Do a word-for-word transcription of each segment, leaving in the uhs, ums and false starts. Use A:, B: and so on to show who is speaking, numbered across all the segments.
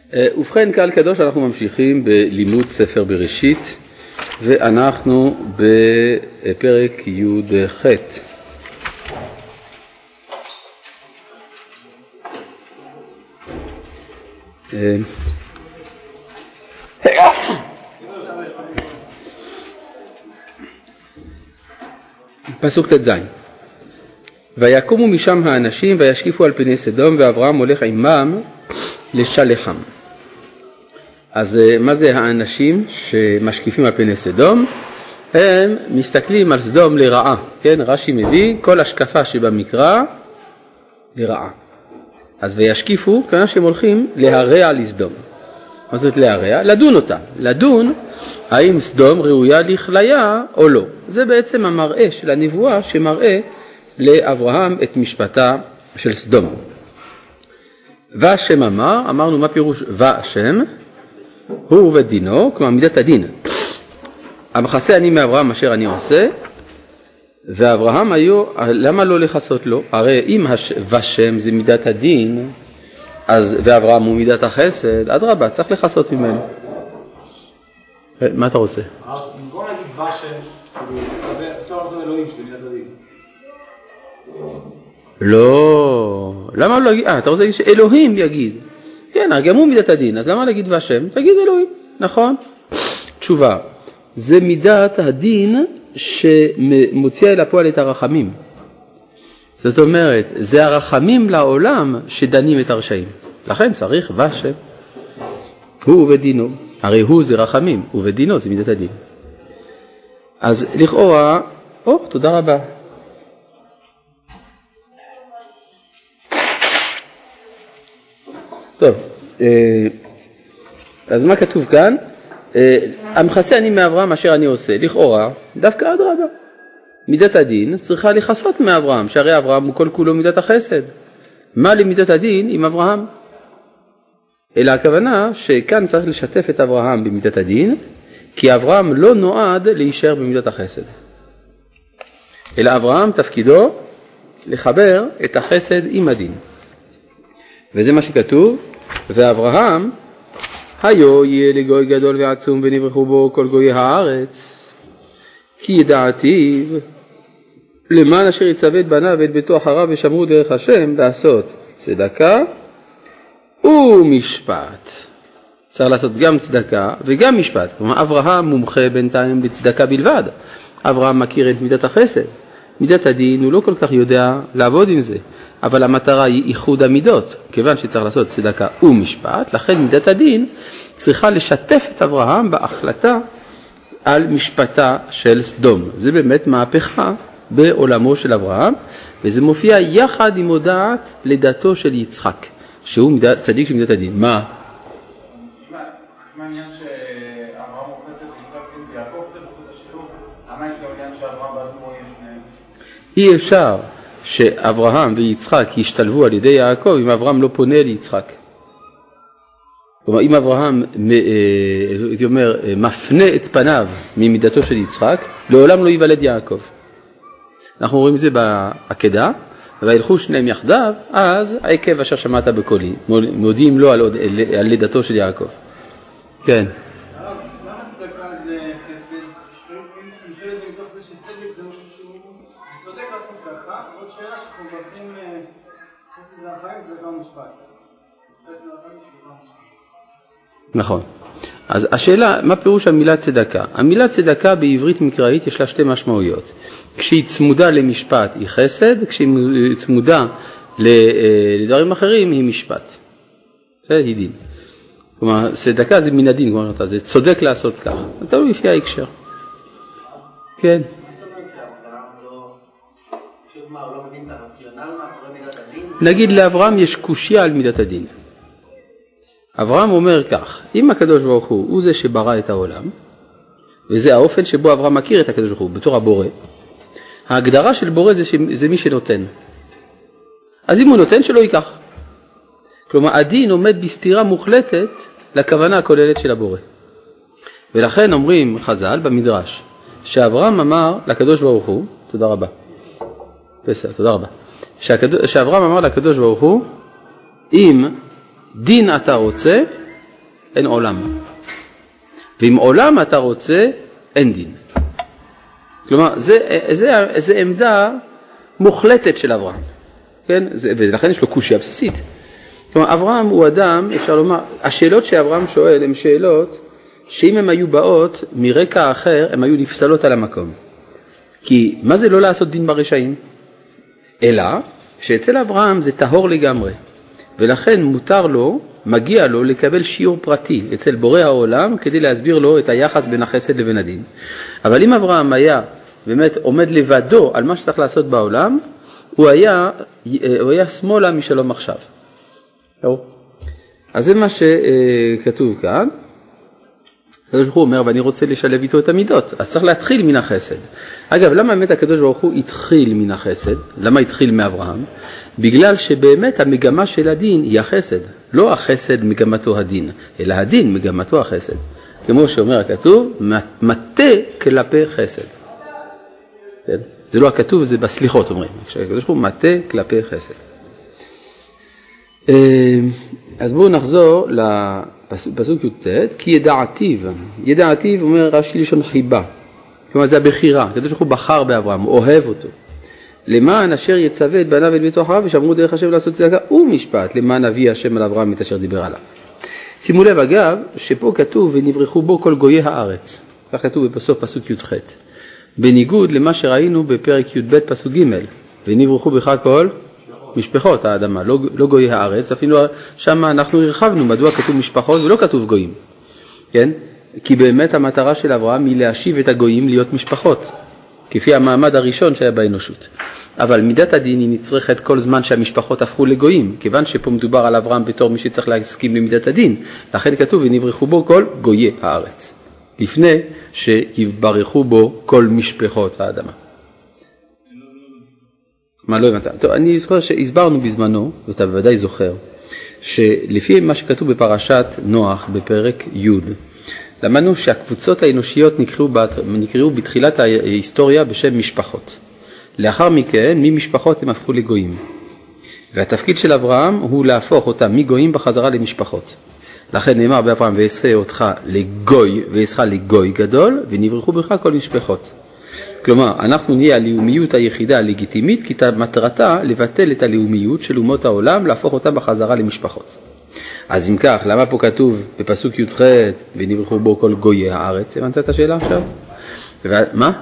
A: ובכן, קהל קדוש, אנחנו ממשיכים בלימוד ספר בראשית, ואנחנו בפרק י' ח'. פסוק ת' ז'. ויקומו משם האנשים וישקיפו על פני סדום, ואברהם הולך עמם לשלחם. אז מה זה האנשים שמשקיפים על פני סדום? הם מסתכלים על סדום לרעה, כן? רש"י מביא כל השקפה שבמקרא לרעה. אז וישקיפו, כנראה שהם הולכים להרע לסדום. מה זאת להרע? לדון אותה. לדון האם סדום ראויה לכליה או לא. זה בעצם המראה של הנבואה שמראה לאברהם את משפטה של סדום. והשם אמר, אמרנו מה פירוש והשם? הוא ודינו, כלומר מידת הדין. המחסה אני מאברהם אשר אני עושה, ואברהם היו, למה לא לחסות לו? הרי אם והשם זה מידת הדין, אז ואברהם הוא מידת החסד, אדרבה, צריך לחסות ממנו. מה אתה רוצה?
B: במקום להגיד והשם, אפשר לעשות אלוהים שזה מידת הדין.
A: לא, למה לא להגיד, אה, אתה רוצה להגיד שאלוהים יגיד. כן, גם הוא מידת הדין, אז למה להגיד והשם? תגיד אלוהים, נכון? תשובה, זה מידת הדין שמוציאה אל הפועל את הרחמים. זאת אומרת, זה הרחמים לעולם שדנים את הרשעים. לכן צריך והשם. הוא ודינו. הרי הוא זה רחמים, ובדינו זה מידת הדין. אז לכאורה, או, תודה רבה. טוב, אז מה כתוב כאן? המחסה אני מאברהם אשר אני עושה. לכאורה, דווקא אדרבה. מידת הדין צריכה לחסות מאברהם, שהרי אברהם הוא כל כולו מידת החסד. מה למידת הדין עם אברהם? אלא הכוונה שכאן צריך לשתף את אברהם במידת הדין, כי אברהם לא נועד להישאר במידת החסד. אלא אברהם תפקידו לחבר את החסד עם הדין. וזה מה שכתוב, ואברהם היו יהיה לגוי גדול ועצום ונברחו בו כל גויי הארץ, כי ידעתיו למען אשר יצווה את בניו ואת ביתו אחריו ושמרו דרך השם לעשות צדקה ומשפט. צריך לעשות גם צדקה וגם משפט. כלומר, אברהם מומחה בינתיים בצדקה בלבד. אברהם מכיר את מידת החסד. מידת הדין הוא לא כל כך יודע לעבוד עם זה. אבל המטרה היא איחוד המידות. כיוון שצריך לעשות צדקה ומשפט, לכן מידת הדין צריכה לשתף את אברהם בהחלטה על משפטה של סדום. זה באמת מהפכה בעולמו של אברהם, וזה מופיע יחד עם הודעת לידתו של יצחק, שהוא מידת, צדיק של מידת הדין. מה?
B: מה העניין שאברהם הוא חסד ויצחק ויעקב צריך לעשות את השילוב? למה יש גם עניין שאברהם בעצמו יש שניהם?
A: אי אפשר שאברהם ויצחק ישתלבו על ידי יעקב אם אברהם לא פונה ליצחק. כלומר, אם אברהם, הייתי אומר, מפנה את פניו ממידתו של יצחק, לעולם לא ייוולד יעקב. אנחנו רואים את זה בעקדה, וילכו שניהם יחדיו, אז העקב אשר שמעת בקולי, מודיעים לו על, על לידתו של יעקב. כן.
B: למה צדקה זה חסד? אני שואל את זה מתוך זה שצדק זה משהו שהוא צודק לעשות ככה, עוד שאלה שאנחנו מברכים חסד והחיים זה גם משפט. חסד והחיים זה גם משפט.
A: נכון. אז השאלה, מה פירוש המילה צדקה? המילה צדקה בעברית מקראית יש לה שתי משמעויות. כשהיא צמודה למשפט היא חסד, כשהיא צמודה לדברים אחרים היא משפט. זה היא דין. כלומר, צדקה זה מן הדין, כלומר, זה צודק לעשות כך. זה תלוי לפי ההקשר. כן. נגיד לאברהם יש קושיה על מידת הדין. אברהם אומר כך, אם הקדוש ברוך הוא הוא זה שברא את העולם, וזה האופן שבו אברהם מכיר את הקדוש ברוך הוא, בתור הבורא, ההגדרה של בורא זה, ש... זה מי שנותן. אז אם הוא נותן שלא ייקח. כלומר, הדין עומד בסתירה מוחלטת לכוונה הכוללת של הבורא. ולכן אומרים חז"ל במדרש, שאברהם אמר לקדוש ברוך הוא, תודה רבה, בסדר, תודה רבה, שהקד... שאברהם אמר לקדוש ברוך הוא, אם דין אתה רוצה, אין עולם. ואם עולם אתה רוצה, אין דין. כלומר, זה, זה, זה עמדה מוחלטת של אברהם. כן? זה, ולכן יש לו קושיה בסיסית. כלומר, אברהם הוא אדם, אפשר לומר, השאלות שאברהם שואל הן שאלות שאם הן היו באות מרקע אחר, הן היו נפסלות על המקום. כי מה זה לא לעשות דין ברשעים? אלא שאצל אברהם זה טהור לגמרי. ולכן מותר לו, מגיע לו לקבל שיעור פרטי אצל בורא העולם כדי להסביר לו את היחס בין החסד לבין הדין. אבל אם אברהם היה באמת עומד לבדו על מה שצריך לעשות בעולם, הוא היה, הוא היה שמאלה משלום עכשיו. אז זה מה שכתוב כאן. הקדוש ברוך הוא אומר, ואני רוצה לשלב איתו את המידות, אז צריך להתחיל מן החסד. אגב, למה באמת הקדוש ברוך הוא התחיל מן החסד? למה התחיל מאברהם? בגלל שבאמת המגמה של הדין היא החסד. לא החסד מגמתו הדין, אלא הדין מגמתו החסד. כמו שאומר הכתוב, מטה כלפי חסד. כן? זה לא הכתוב, זה בסליחות אומרים. הקדוש ברוך הוא מטה כלפי חסד. אז בואו נחזור לפסוק י"ט, כי ידעתיו, ידעתיו אומר רש"י לשון חיבה, כלומר זה הבחירה, הקדוש ברוך הוא בחר באברהם, הוא אוהב אותו, למען אשר יצווה את בניו ואת ביתו אחריו, ושמרו דרך השם לעשות צדקה ומשפט, למען אבי השם על אברהם את אשר דיבר עליו. שימו לב אגב, שפה כתוב ונברחו בו כל גויי הארץ, כך כתוב בסוף פסוק י"ח, בניגוד למה שראינו בפרק י"ב פסוק ג', ונברחו בך כל משפחות האדמה, לא, לא גויי הארץ, אפילו שם אנחנו הרחבנו מדוע כתוב משפחות ולא כתוב גויים, כן? כי באמת המטרה של אברהם היא להשיב את הגויים להיות משפחות, כפי המעמד הראשון שהיה באנושות. אבל מידת הדין היא נצרכת כל זמן שהמשפחות הפכו לגויים, כיוון שפה מדובר על אברהם בתור מי שצריך להסכים למידת הדין, לכן כתוב ונברחו בו כל גויי הארץ, לפני שיברכו בו כל משפחות האדמה. מה לא הבנת? טוב, אני זוכר שהסברנו בזמנו, ואתה בוודאי זוכר, שלפי מה שכתוב בפרשת נוח בפרק י', למדנו שהקבוצות האנושיות נקראו, נקראו בתחילת ההיסטוריה בשם משפחות. לאחר מכן, ממשפחות הם הפכו לגויים. והתפקיד של אברהם הוא להפוך אותם מגויים בחזרה למשפחות. לכן נאמר באברהם, ואעשה אותך לגוי, ואעשך לגוי גדול, ונברחו בך כל משפחות. כלומר, אנחנו נהיה הלאומיות היחידה הלגיטימית, כי מטרתה לבטל את הלאומיות של אומות העולם, להפוך אותה בחזרה למשפחות. אז אם כך, למה פה כתוב בפסוק י"ח, ונברחו בו כל גויי הארץ? הבנת את השאלה עכשיו? מה?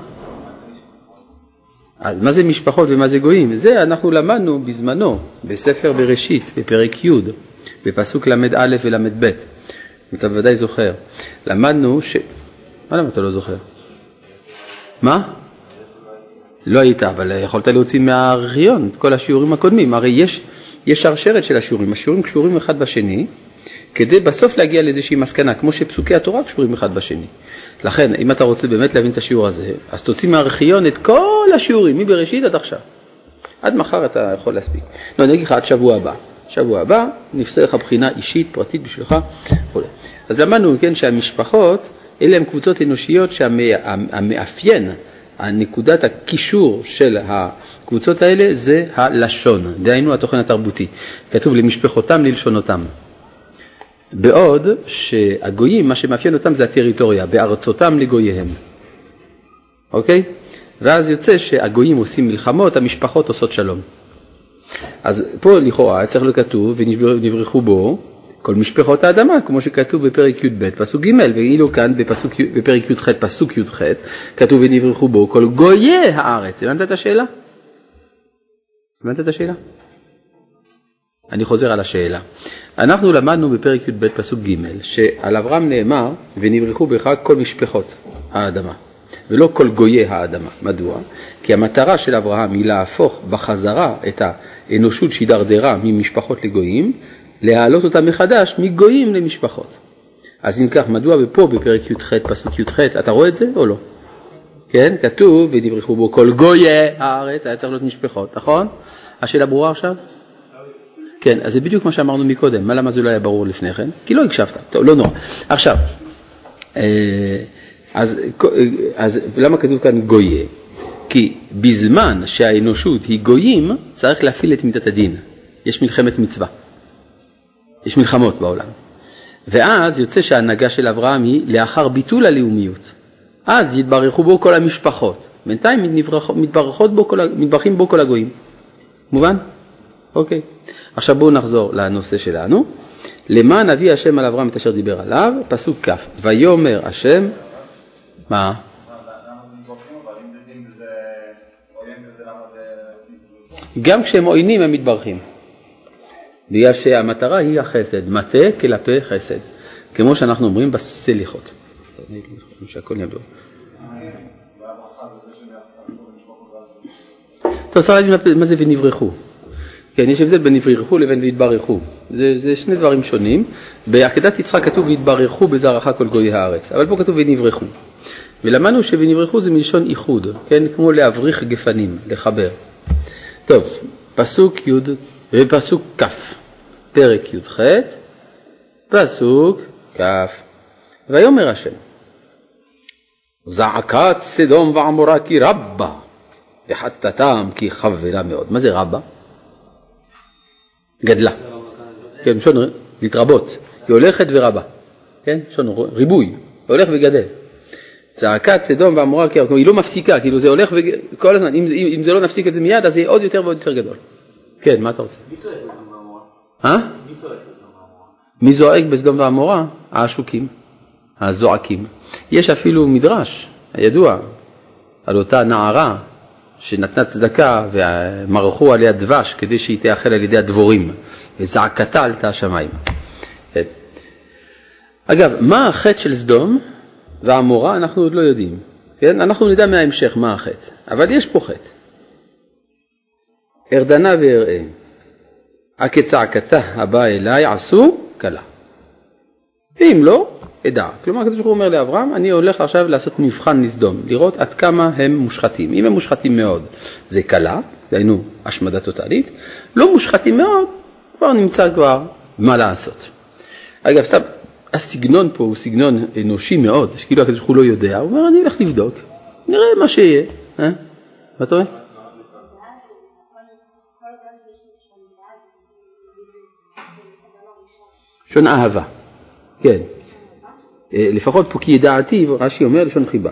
A: אז מה זה משפחות ומה זה גויים? זה אנחנו למדנו בזמנו, בספר בראשית, בפרק י', בפסוק למד א' ולמד ב'. אתה בוודאי זוכר. למדנו ש... מה למה אתה לא זוכר? מה? לא היית, אבל יכולת להוציא מהארכיון את כל השיעורים הקודמים. הרי יש, יש שרשרת של השיעורים. השיעורים קשורים אחד בשני, כדי בסוף להגיע לאיזושהי מסקנה, כמו שפסוקי התורה קשורים אחד בשני. לכן, אם אתה רוצה באמת להבין את השיעור הזה, אז תוציא מהארכיון את כל השיעורים, מבראשית עד עכשיו. עד מחר אתה יכול להספיק. לא, אני אגיד לך עד שבוע הבא. שבוע הבא נפסה לך בחינה אישית, פרטית בשבילך. אז למדנו, כן, שהמשפחות, אלה הם קבוצות אנושיות שהמאפיין, הנקודת הקישור של הקבוצות האלה זה הלשון, דהיינו התוכן התרבותי. כתוב למשפחותם ללשונותם. בעוד שהגויים, מה שמאפיין אותם זה הטריטוריה, בארצותם לגוייהם. אוקיי? ואז יוצא שהגויים עושים מלחמות, המשפחות עושות שלום. אז פה לכאורה צריך לכתוב ונברחו בו כל משפחות האדמה, כמו שכתוב בפרק י"ב פסוק ג', ואילו כאן בפסוק, בפרק י"ח פסוק י"ח כתוב ונברחו בו כל גויי הארץ. הבנת את השאלה? הבנת את השאלה? אני חוזר על השאלה. אנחנו למדנו בפרק י"ב פסוק ג' שעל אברהם נאמר ונברחו בך כל משפחות האדמה, ולא כל גויי האדמה. מדוע? כי המטרה של אברהם היא להפוך בחזרה את האנושות שהידרדרה ממשפחות לגויים, להעלות אותה מחדש מגויים למשפחות. אז אם כך, מדוע פה בפרק י"ח פסוק י"ח, אתה רואה את זה או לא? כן, כתוב ונברחו בו כל גויי הארץ, היה צריך להיות משפחות, נכון? השאלה ברורה עכשיו? כן, אז זה בדיוק מה שאמרנו מקודם. מה, למה זה לא היה ברור לפני כן? כי לא הקשבת. טוב, לא נורא. עכשיו, אז, אז למה כתוב כאן גויה? כי בזמן שהאנושות היא גויים, צריך להפעיל את מידת הדין. יש מלחמת מצווה. יש מלחמות בעולם. ואז יוצא שההנהגה של אברהם היא לאחר ביטול הלאומיות. אז יתברכו בו כל המשפחות. בינתיים מתברכות בו כל, מתברכים בו כל הגויים. מובן? אוקיי. עכשיו בואו נחזור לנושא שלנו. למען נביא השם על אברהם את אשר דיבר עליו, פסוק כף. ויאמר השם, מה? גם כשהם עוינים הם מתברכים. בגלל שהמטרה היא החסד, מטה כלפי חסד. כמו שאנחנו אומרים בסליחות. שהכל ידוע. אתה רוצה להגיד מה זה ונברחו? כן, יש הבדל בין נברחו לבין והתברכו. זה, זה שני דברים שונים. בעקדת יצחק כתוב והתברכו בזרעך כל גויי הארץ. אבל פה כתוב ונברחו. ולמדנו שוונברחו זה מלשון איחוד, כן? כמו להבריך גפנים, לחבר. טוב, פסוק י' ופסוק כ', פרק י"ח, פסוק כ'. ויאמר השם, זעקת סדום ועמורה כי רבה, וחטאתם כי חבלה מאוד. מה זה רבה? גדלה. כן, שון להתרבות. היא הולכת ורבה. כן, שון ריבוי. היא הולך וגדל. צעקת סדום ועמורה כי רבה. היא לא מפסיקה, כאילו זה הולך כל הזמן. אם, אם, אם זה לא נפסיק את זה מיד, אז זה עוד יותר ועוד יותר גדול. כן, מה אתה רוצה?
B: מי צועק בסדום ועמורה?
A: אה?
B: מי צועק בסדום ועמורה?
A: מי זועק בסדום ועמורה? העשוקים, הזועקים. יש אפילו מדרש, הידוע, על אותה נערה שנתנה צדקה ומרחו עליה דבש כדי שהיא תאכל על ידי הדבורים, וזעקתה עלתה השמיים. אגב, מה החטא של סדום ועמורה אנחנו עוד לא יודעים. כן? אנחנו נדע מההמשך מה החטא, אבל יש פה חטא. ארדנה ואראה, הכצעקתה הבאה אליי עשו קלה. ואם לא, אדע. כלומר, הקדוש ברוך הוא אומר לאברהם, אני הולך עכשיו לעשות מבחן לסדום, לראות עד כמה הם מושחתים. אם הם מושחתים מאוד, זה קלה, דהיינו השמדה טוטלית. לא מושחתים מאוד, כבר נמצא כבר מה לעשות. אגב, סתם, הסגנון פה הוא סגנון אנושי מאוד, שכאילו הקדוש ברוך הוא לא יודע, הוא אומר, אני אלך לבדוק, נראה מה שיהיה. אה? מה אתה אומר? שון אהבה, כן. לפחות פה כי ידעתי, רש"י אומר לשון חיבה.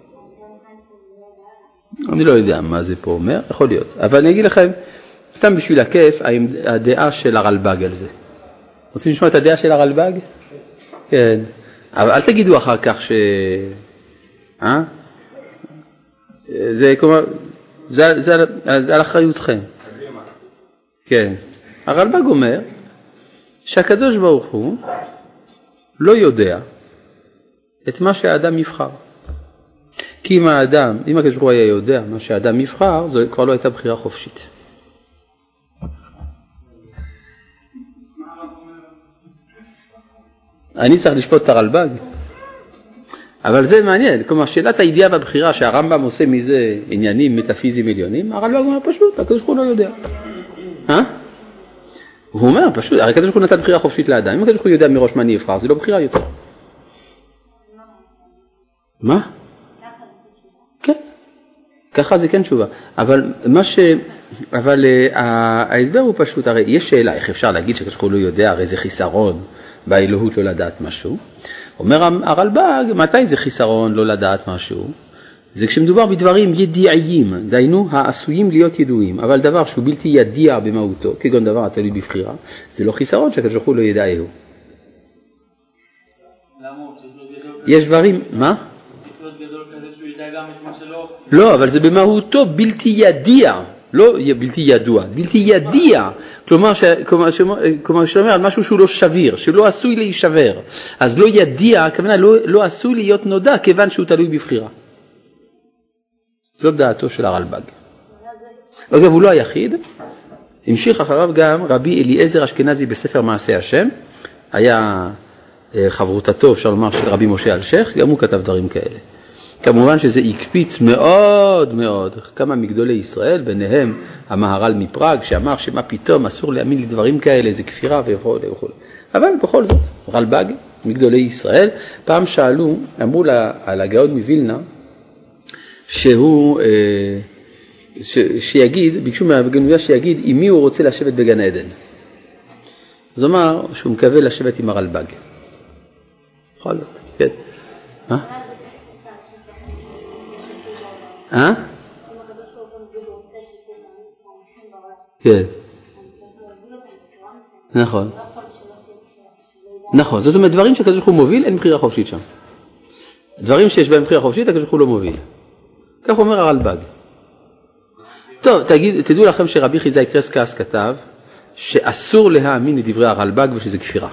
A: אני לא יודע מה זה פה אומר, יכול להיות. אבל אני אגיד לכם, סתם בשביל הכיף, הדעה של הרלב"ג על זה. רוצים לשמוע את הדעה של הרלב"ג? כן. אבל אל תגידו אחר כך ש... אה? זה כלומר, זה, זה, זה על אחריותכם. כן. הרלב"ג אומר שהקדוש ברוך הוא לא יודע את מה שהאדם יבחר. כי אם האדם, אם הקדוש ברוך הוא היה יודע מה שהאדם יבחר, זו כבר לא הייתה בחירה חופשית. אני צריך לשפוט את הרלב"ג. אבל זה מעניין, כלומר שאלת הידיעה והבחירה שהרמב"ם עושה מזה עניינים מטאפיזיים עליונים, הרלב"ג אומר פשוט, הקדוש ברוך הוא לא יודע. אה? הוא אומר פשוט, הרי הקדוש ברוך הוא נתן בחירה חופשית לאדם, אם הקדוש ברוך הוא יודע מראש מה אני אבחר, זה לא בחירה יותר. מה? כן, ככה זה כן תשובה, אבל מה ש... אבל uh, ההסבר הוא פשוט, הרי יש שאלה, איך אפשר להגיד שהקדוש ברוך הוא לא יודע, הרי זה חיסרון באלוהות לא לדעת משהו. אומר הרלב"ג, מתי זה חיסרון לא לדעת משהו? זה כשמדובר בדברים ידיעיים, דהיינו העשויים להיות ידועים, אבל דבר שהוא בלתי ידיע במהותו, כגון דבר התלוי בבחירה, זה לא חיסרון שהקדוש ברוך הוא לא ידעהו. יש דברים, מה? לא, אבל זה במהותו בלתי ידיע, לא בלתי ידוע, בלתי ידיע, כלומר, כלומר שאומר על משהו שהוא לא שביר, שלא עשוי להישבר, אז לא ידיע, הכוונה לא, לא עשוי להיות נודע כיוון שהוא תלוי בבחירה. זאת דעתו של הרלב"ג. אגב, הוא לא היחיד, המשיך אחריו גם רבי אליעזר אשכנזי בספר מעשה השם, היה חברותתו, אפשר לומר, של רבי משה אלשיך, גם הוא כתב דברים כאלה. כמובן שזה הקפיץ מאוד מאוד כמה מגדולי ישראל, ביניהם המהר"ל מפראג, שאמר שמה פתאום אסור להאמין לדברים כאלה, זה כפירה וכו' וכו'. אבל בכל זאת, רלב"ג, מגדולי ישראל, פעם שאלו, אמרו לה, על הגאון מווילנה, שהוא, ש, שיגיד, ביקשו מהגאון שיגיד, עם מי הוא רוצה לשבת בגן עדן. אז הוא אמר שהוא מקווה לשבת עם הרלב"ג. יכול להיות, כן. מה? אה? כן. נכון. נכון, זאת אומרת, דברים שהקדוש ברוך הוא מוביל, אין בחירה חופשית שם. דברים שיש בהם בחירה חופשית, הקדוש ברוך הוא לא מוביל. כך אומר הרלב"ג. טוב, תגיד, תדעו לכם שרבי חיזאי קרסקס כתב שאסור להאמין לדברי הרלב"ג ושזה כפירה.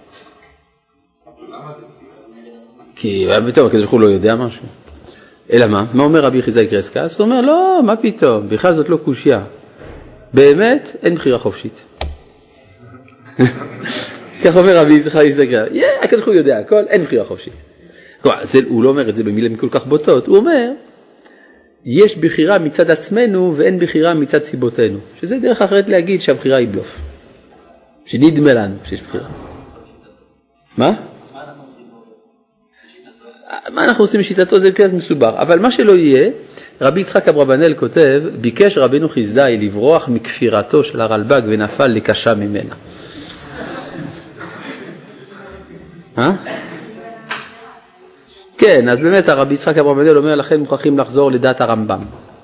A: כי בטוב, הקדוש ברוך הוא לא יודע משהו. אלא מה? מה אומר רבי חיזאי קרסקס? הוא אומר, לא, מה פתאום, בכלל זאת לא קושיה. באמת, אין בחירה חופשית. כך אומר רבי חיזאי קרסקס, הקדוש ברוך הוא יודע הכל, אין בחירה חופשית. הוא לא אומר את זה במילים כל כך בוטות, הוא אומר, יש בחירה מצד עצמנו ואין בחירה מצד סיבותינו, שזה דרך אחרת להגיד שהבחירה היא בלוף, שנדמה לנו שיש בחירה. מה? מה אנחנו עושים בשיטתו? זה קצת מסובר, אבל מה שלא יהיה, רבי יצחק אברבנאל כותב, ביקש רבנו חסדאי לברוח מכפירתו של הרלב"ג ונפל לקשה ממנה. אה? כן, אז באמת הרבי יצחק אברבנאל אומר לכם מוכרחים לחזור לדעת הרמב"ם,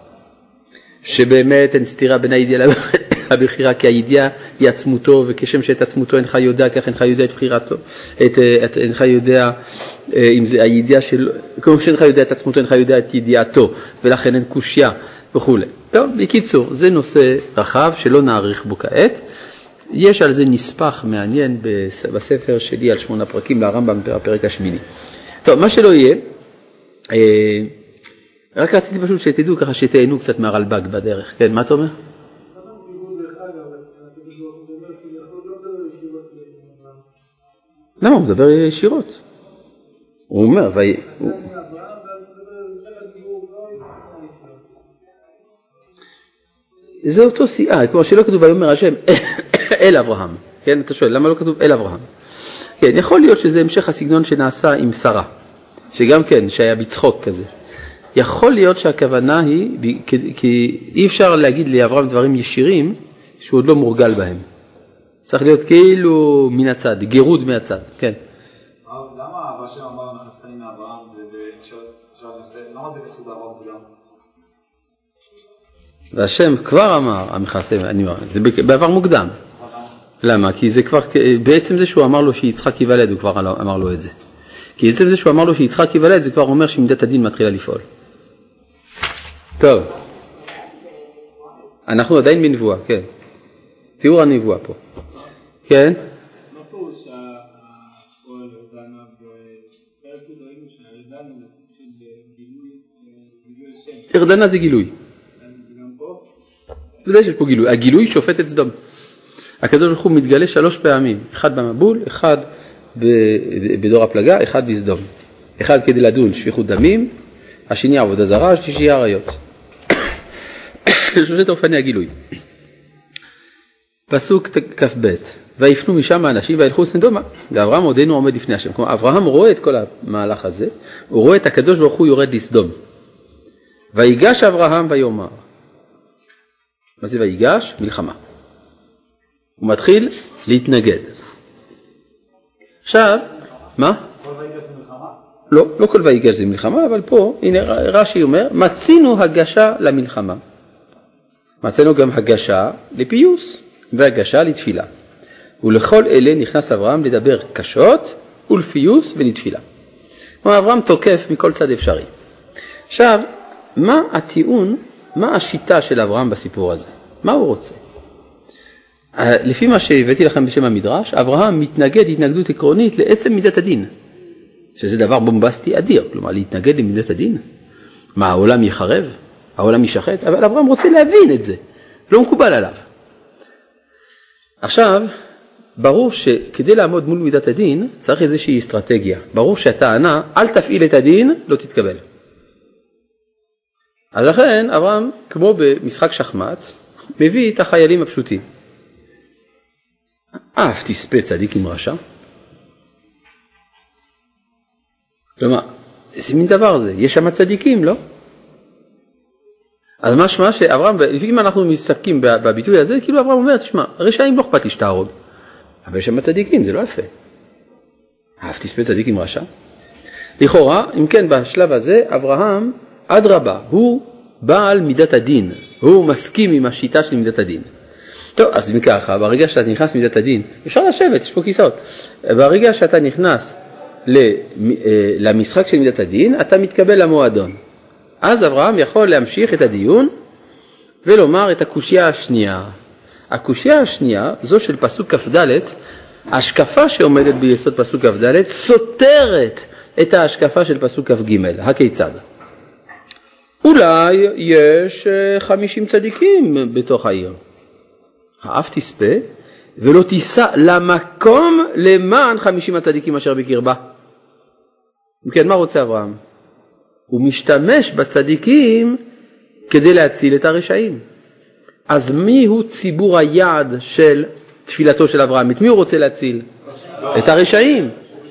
A: שבאמת אין סתירה בין הידיעה לבחירה, כי הידיעה היא עצמותו, וכשם שאת עצמותו אינך יודע, כך אינך יודע את בחירתו, את, את, אינך יודע אם זה הידיעה של, כמו שאינך יודע את עצמותו, אינך יודע את ידיעתו, ולכן אין קושיה וכו'. טוב, בקיצור, זה נושא רחב שלא נאריך בו כעת. יש על זה נספח מעניין בספר שלי על שמונה פרקים לרמב"ם בפרק השמיני. טוב, מה שלא יהיה, אה, רק רציתי פשוט שתדעו ככה שתהנו קצת מהרלב"ג בדרך. כן, מה אתה אומר? למה? הוא מדבר ישירות. הוא אומר, והי... זה אותו סיעה, כמו שלא כתוב ויאמר השם אל אברהם. כן, אתה שואל, למה לא כתוב אל אברהם? כן, יכול להיות שזה המשך הסגנון שנעשה עם שרה, שגם כן, שהיה בצחוק כזה. יכול להיות שהכוונה היא, כי אי אפשר להגיד לאברהם דברים ישירים, שהוא עוד לא מורגל בהם. צריך להיות כאילו מן הצד, גירוד מהצד, כן.
C: למה השם אמר מחסכנים מאברהם, למה זה קשור באברהם כולם?
A: והשם כבר אמר, המחסה, אני אומר, זה בעבר מוקדם. למה? כי זה כבר, בעצם זה שהוא אמר לו שיצחק ייוולד, הוא כבר אמר לו את זה. כי בעצם זה שהוא אמר לו שיצחק ייוולד, זה כבר אומר שמידת הדין מתחילה לפעול. טוב. אנחנו עדיין בנבואה, כן. תיאור הנבואה פה. כן?
B: מה פה שהשקול דנה בפרק ראינו שהרדנה זה סוג של גילוי לשם.
A: הרדנה זה גילוי.
B: גם פה?
A: ודאי שיש פה גילוי. הגילוי שופט את סדום. הקדוש ברוך הוא מתגלה שלוש פעמים, אחד במבול, אחד בדור הפלגה, אחד בסדום. אחד כדי לדון שפיכות דמים, השני עבודה זרה, השלישי עריות. שלושת אופני הגילוי. פסוק כ"ב, ויפנו משם האנשים וילכו סדומה, ואברהם עודנו עומד לפני השם. כלומר, אברהם רואה את כל המהלך הזה, הוא רואה את הקדוש ברוך הוא יורד לסדום. ויגש אברהם ויאמר. מה זה ויגש? מלחמה. הוא מתחיל להתנגד. עכשיו, מה?
C: כל ויגש זה מלחמה?
A: לא, לא כל ויגש זה מלחמה, אבל פה, הנה רש"י אומר, מצינו הגשה למלחמה. מצאנו גם הגשה לפיוס והגשה לתפילה. ולכל אלה נכנס אברהם לדבר קשות ולפיוס ולתפילה. כלומר, אברהם תוקף מכל צד אפשרי. עכשיו, מה הטיעון, מה השיטה של אברהם בסיפור הזה? מה הוא רוצה? לפי מה שהבאתי לכם בשם המדרש, אברהם מתנגד התנגדות עקרונית לעצם מידת הדין, שזה דבר בומבסטי אדיר, כלומר להתנגד למידת הדין. מה, העולם יחרב? העולם ישחט? אבל אברהם רוצה להבין את זה, לא מקובל עליו. עכשיו, ברור שכדי לעמוד מול מידת הדין צריך איזושהי אסטרטגיה. ברור שהטענה, אל תפעיל את הדין, לא תתקבל. אז לכן אברהם, כמו במשחק שחמט, מביא את החיילים הפשוטים. אף תספה צדיק עם רשע. כלומר, איזה מין דבר זה? יש שם צדיקים, לא? אז משמע שאברהם, אם אנחנו מסתפקים בביטוי הזה, כאילו אברהם אומר, תשמע, רשעים לא אכפת לי שתהרוג. אבל יש שם צדיקים, זה לא יפה. אף תספה צדיק עם רשע. לכאורה, אם כן, בשלב הזה, אברהם, אדרבה, הוא בעל מידת הדין, הוא מסכים עם השיטה של מידת הדין. טוב, אז אם ככה, ברגע שאתה נכנס מידת הדין, אפשר לשבת, יש פה כיסאות, ברגע שאתה נכנס למשחק של מידת הדין, אתה מתקבל למועדון. אז אברהם יכול להמשיך את הדיון ולומר את הקושיה השנייה. הקושיה השנייה, זו של פסוק כ"ד, ההשקפה שעומדת ביסוד פסוק כ"ד סותרת את ההשקפה של פסוק כ"ג. הכיצד? אולי יש חמישים צדיקים בתוך העיר. האף תספה ולא תיסע למקום למען חמישים הצדיקים אשר בקרבה. כן, מה רוצה אברהם? הוא משתמש בצדיקים כדי להציל את הרשעים. אז מי הוא ציבור היעד של תפילתו של אברהם? את מי הוא רוצה להציל? את הרשעים.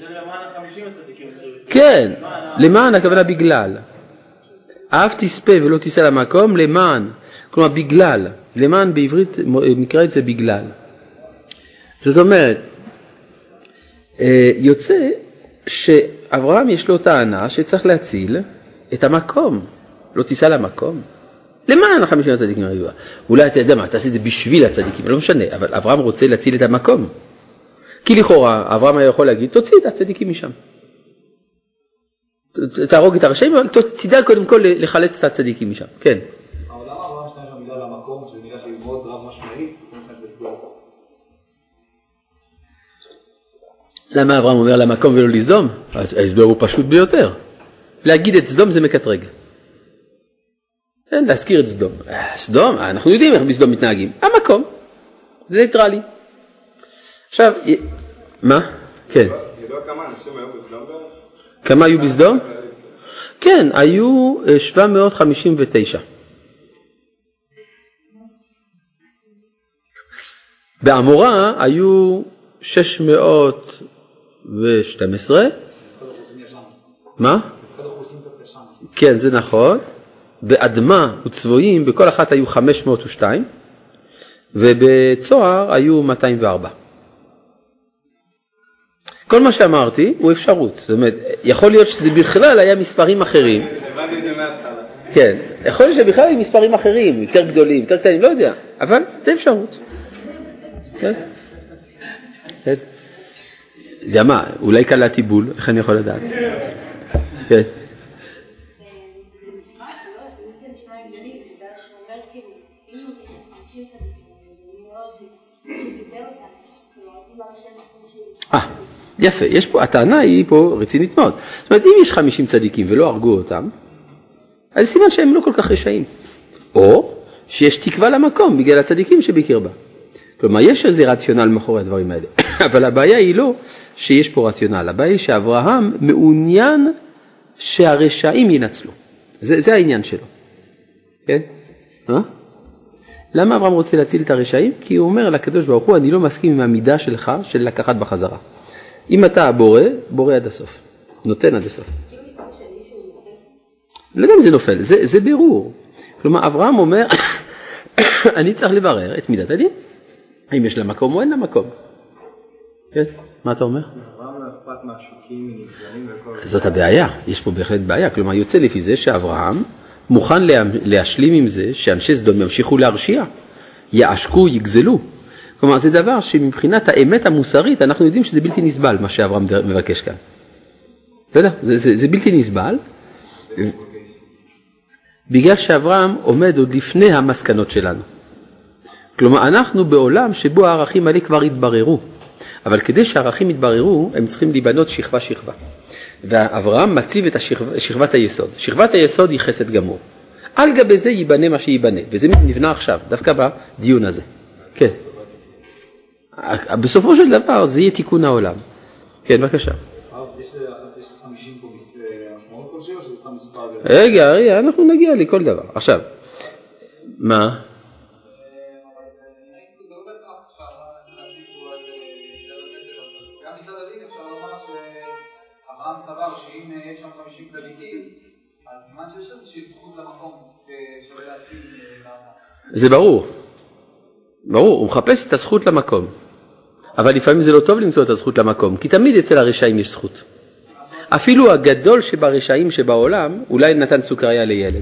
A: כן, למען הכוונה בגלל. האף תספה ולא תיסע למקום למען, כלומר בגלל. למען בעברית מקרא את זה בגלל. זאת אומרת, יוצא שאברהם יש לו טענה שצריך להציל את המקום, לא תיסע למקום. למען החמישים הצדיקים הריבוע. אולי אתה יודע מה, תעשה את זה בשביל הצדיקים, לא משנה, אבל אברהם רוצה להציל את המקום. כי לכאורה, אברהם היה יכול להגיד, תוציא את הצדיקים משם. תהרוג את הרשעים, אבל תדאג קודם כל לחלץ את הצדיקים משם. כן.
C: אבל למה אברהם שתיים שם מילה למקום, שזה מילה שהיא מאוד רב משמעית,
A: למה אברהם אומר למקום ולא לסדום? ההסבר הוא פשוט ביותר. להגיד את סדום זה מקטרג. כן, להזכיר את סדום. סדום, אנחנו יודעים איך בסדום מתנהגים. המקום, זה ניטרלי. עכשיו, מה? כן.
B: ידוע כמה אנשים היו בסדום בערך?
A: כמה היו בסדום? כן, היו שבע מאות חמישים ותשע. בעמורה היו שש מאות ושתים עשרה. מה? כן, זה נכון. באדמה וצבועים, בכל אחת היו חמש מאות ושתיים, ובצוהר היו מאתיים וארבע. כל מה שאמרתי הוא אפשרות. זאת אומרת, יכול להיות שזה בכלל היה מספרים אחרים.
B: הבנתי את זה מההתחלה.
A: כן, יכול להיות שבכלל היו מספרים אחרים, יותר גדולים, יותר קטנים, לא יודע, אבל זה אפשרות. כן? כן. יודע מה, אולי קלעתי בול, איך אני יכול לדעת? כן. אה, יפה, יש פה, הטענה היא פה רצינית מאוד. זאת אומרת, אם יש חמישים צדיקים ולא הרגו אותם, אז סימן שהם לא כל כך רשעים. או שיש תקווה למקום בגלל הצדיקים שבקרבה. כלומר, יש איזה רציונל מאחורי הדברים האלה. אבל הבעיה היא לא שיש פה רציונל. הבעיה היא שאברהם מעוניין שהרשעים ינצלו. זה, זה העניין שלו. כן? אה? למה אברהם רוצה להציל את הרשעים? כי הוא אומר לקדוש ברוך הוא, אני לא מסכים עם המידה שלך של לקחת בחזרה. אם אתה בורא, בורא עד הסוף. נותן עד הסוף. לא יודע אם זה נופל, זה, זה ברור. כלומר, אברהם אומר, אני צריך לברר את מידת הדין. האם יש לה מקום או אין לה מקום. כן? מה אתה אומר?
B: אברהם לא אכפת מהשוקים, מנגזלים וכל...
A: זאת הבעיה, יש פה בהחלט בעיה. כלומר, יוצא לפי זה שאברהם מוכן להשלים עם זה שאנשי סדום ימשיכו להרשיע, יעשקו, יגזלו. כלומר, זה דבר שמבחינת האמת המוסרית, אנחנו יודעים שזה בלתי נסבל, מה שאברהם מבקש כאן. בסדר? זה, זה, זה בלתי נסבל. בגלל שאברהם עומד עוד לפני המסקנות שלנו. כלומר, אנחנו בעולם שבו הערכים האלה כבר התבררו. אבל כדי שהערכים יתבררו, הם צריכים להיבנות שכבה שכבה. ואברהם מציב את השכב, שכבת היסוד. שכבת היסוד היא חסד גמור. על גבי זה ייבנה מה שייבנה, וזה נבנה עכשיו, דווקא בדיון הזה. כן. בסופו של דבר זה יהיה תיקון העולם. כן, בבקשה.
C: יש חמישים פה משמעות כלשהו, או שזה סתם מספר?
A: רגע, רגע, אנחנו נגיע לכל דבר. עכשיו, מה?
D: אברהם סבר שאם יש שם חמישים צדיקים, אז זמן שיש איזושהי זכות למקום שווה להציל לאדם.
A: זה ברור. ברור, הוא מחפש את הזכות למקום. אבל לפעמים זה לא טוב למצוא את הזכות למקום, כי תמיד אצל הרשעים יש זכות. אפילו הגדול שברשעים שבעולם, אולי נתן סוכריה לילד.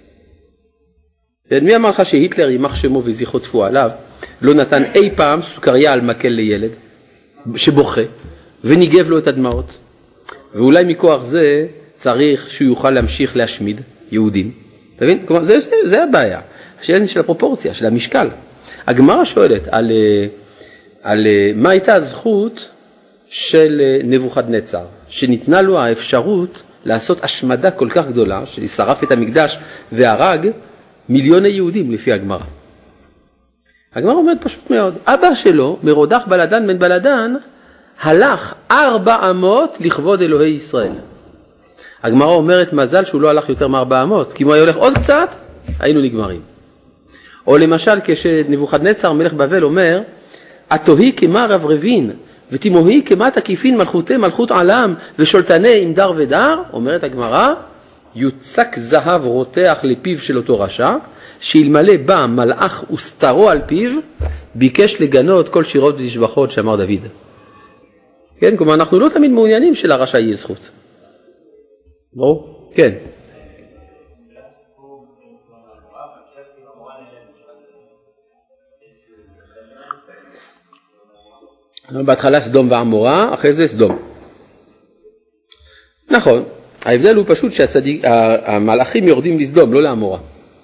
A: מי אמר לך שהיטלר יימח שמו וזכרו טפו עליו, לא נתן אי פעם סוכריה על מקל לילד, שבוכה, וניגב לו את הדמעות. ואולי מכוח זה צריך שהוא יוכל להמשיך להשמיד יהודים. אתה מבין? כלומר, זה, זה, זה הבעיה, השאלה של הפרופורציה, של המשקל. הגמרא שואלת על, על מה הייתה הזכות של נבוכדנצר, שניתנה לו האפשרות לעשות השמדה כל כך גדולה, ששרף את המקדש והרג מיליוני יהודים לפי הגמרא. הגמרא אומרת פשוט מאוד, אבא שלו, מרודח בלדן בן בלדן, הלך ארבע אמות לכבוד אלוהי ישראל. הגמרא אומרת מזל שהוא לא הלך יותר מארבע אמות, כי אם הוא היה הולך עוד קצת, היינו נגמרים. או למשל כשנבוכדנצר מלך בבל אומר, התוהי כמה רב רבין, ותימוהי כמה תקיפין מלכותי מלכות עולם, ושולטני עם דר ודר, אומרת הגמרא, יוצק זהב רותח לפיו של אותו רשע, שאלמלא בא מלאך וסתרו על פיו, ביקש לגנות כל שירות ותשבחות שאמר דוד. כן, כלומר אנחנו לא תמיד מעוניינים שלרשע יהיה זכות. ברור? כן. בהתחלה סדום ועמורה, אחרי זה סדום. נכון, ההבדל הוא פשוט שהמלאכים יורדים לסדום, לא לעמורה.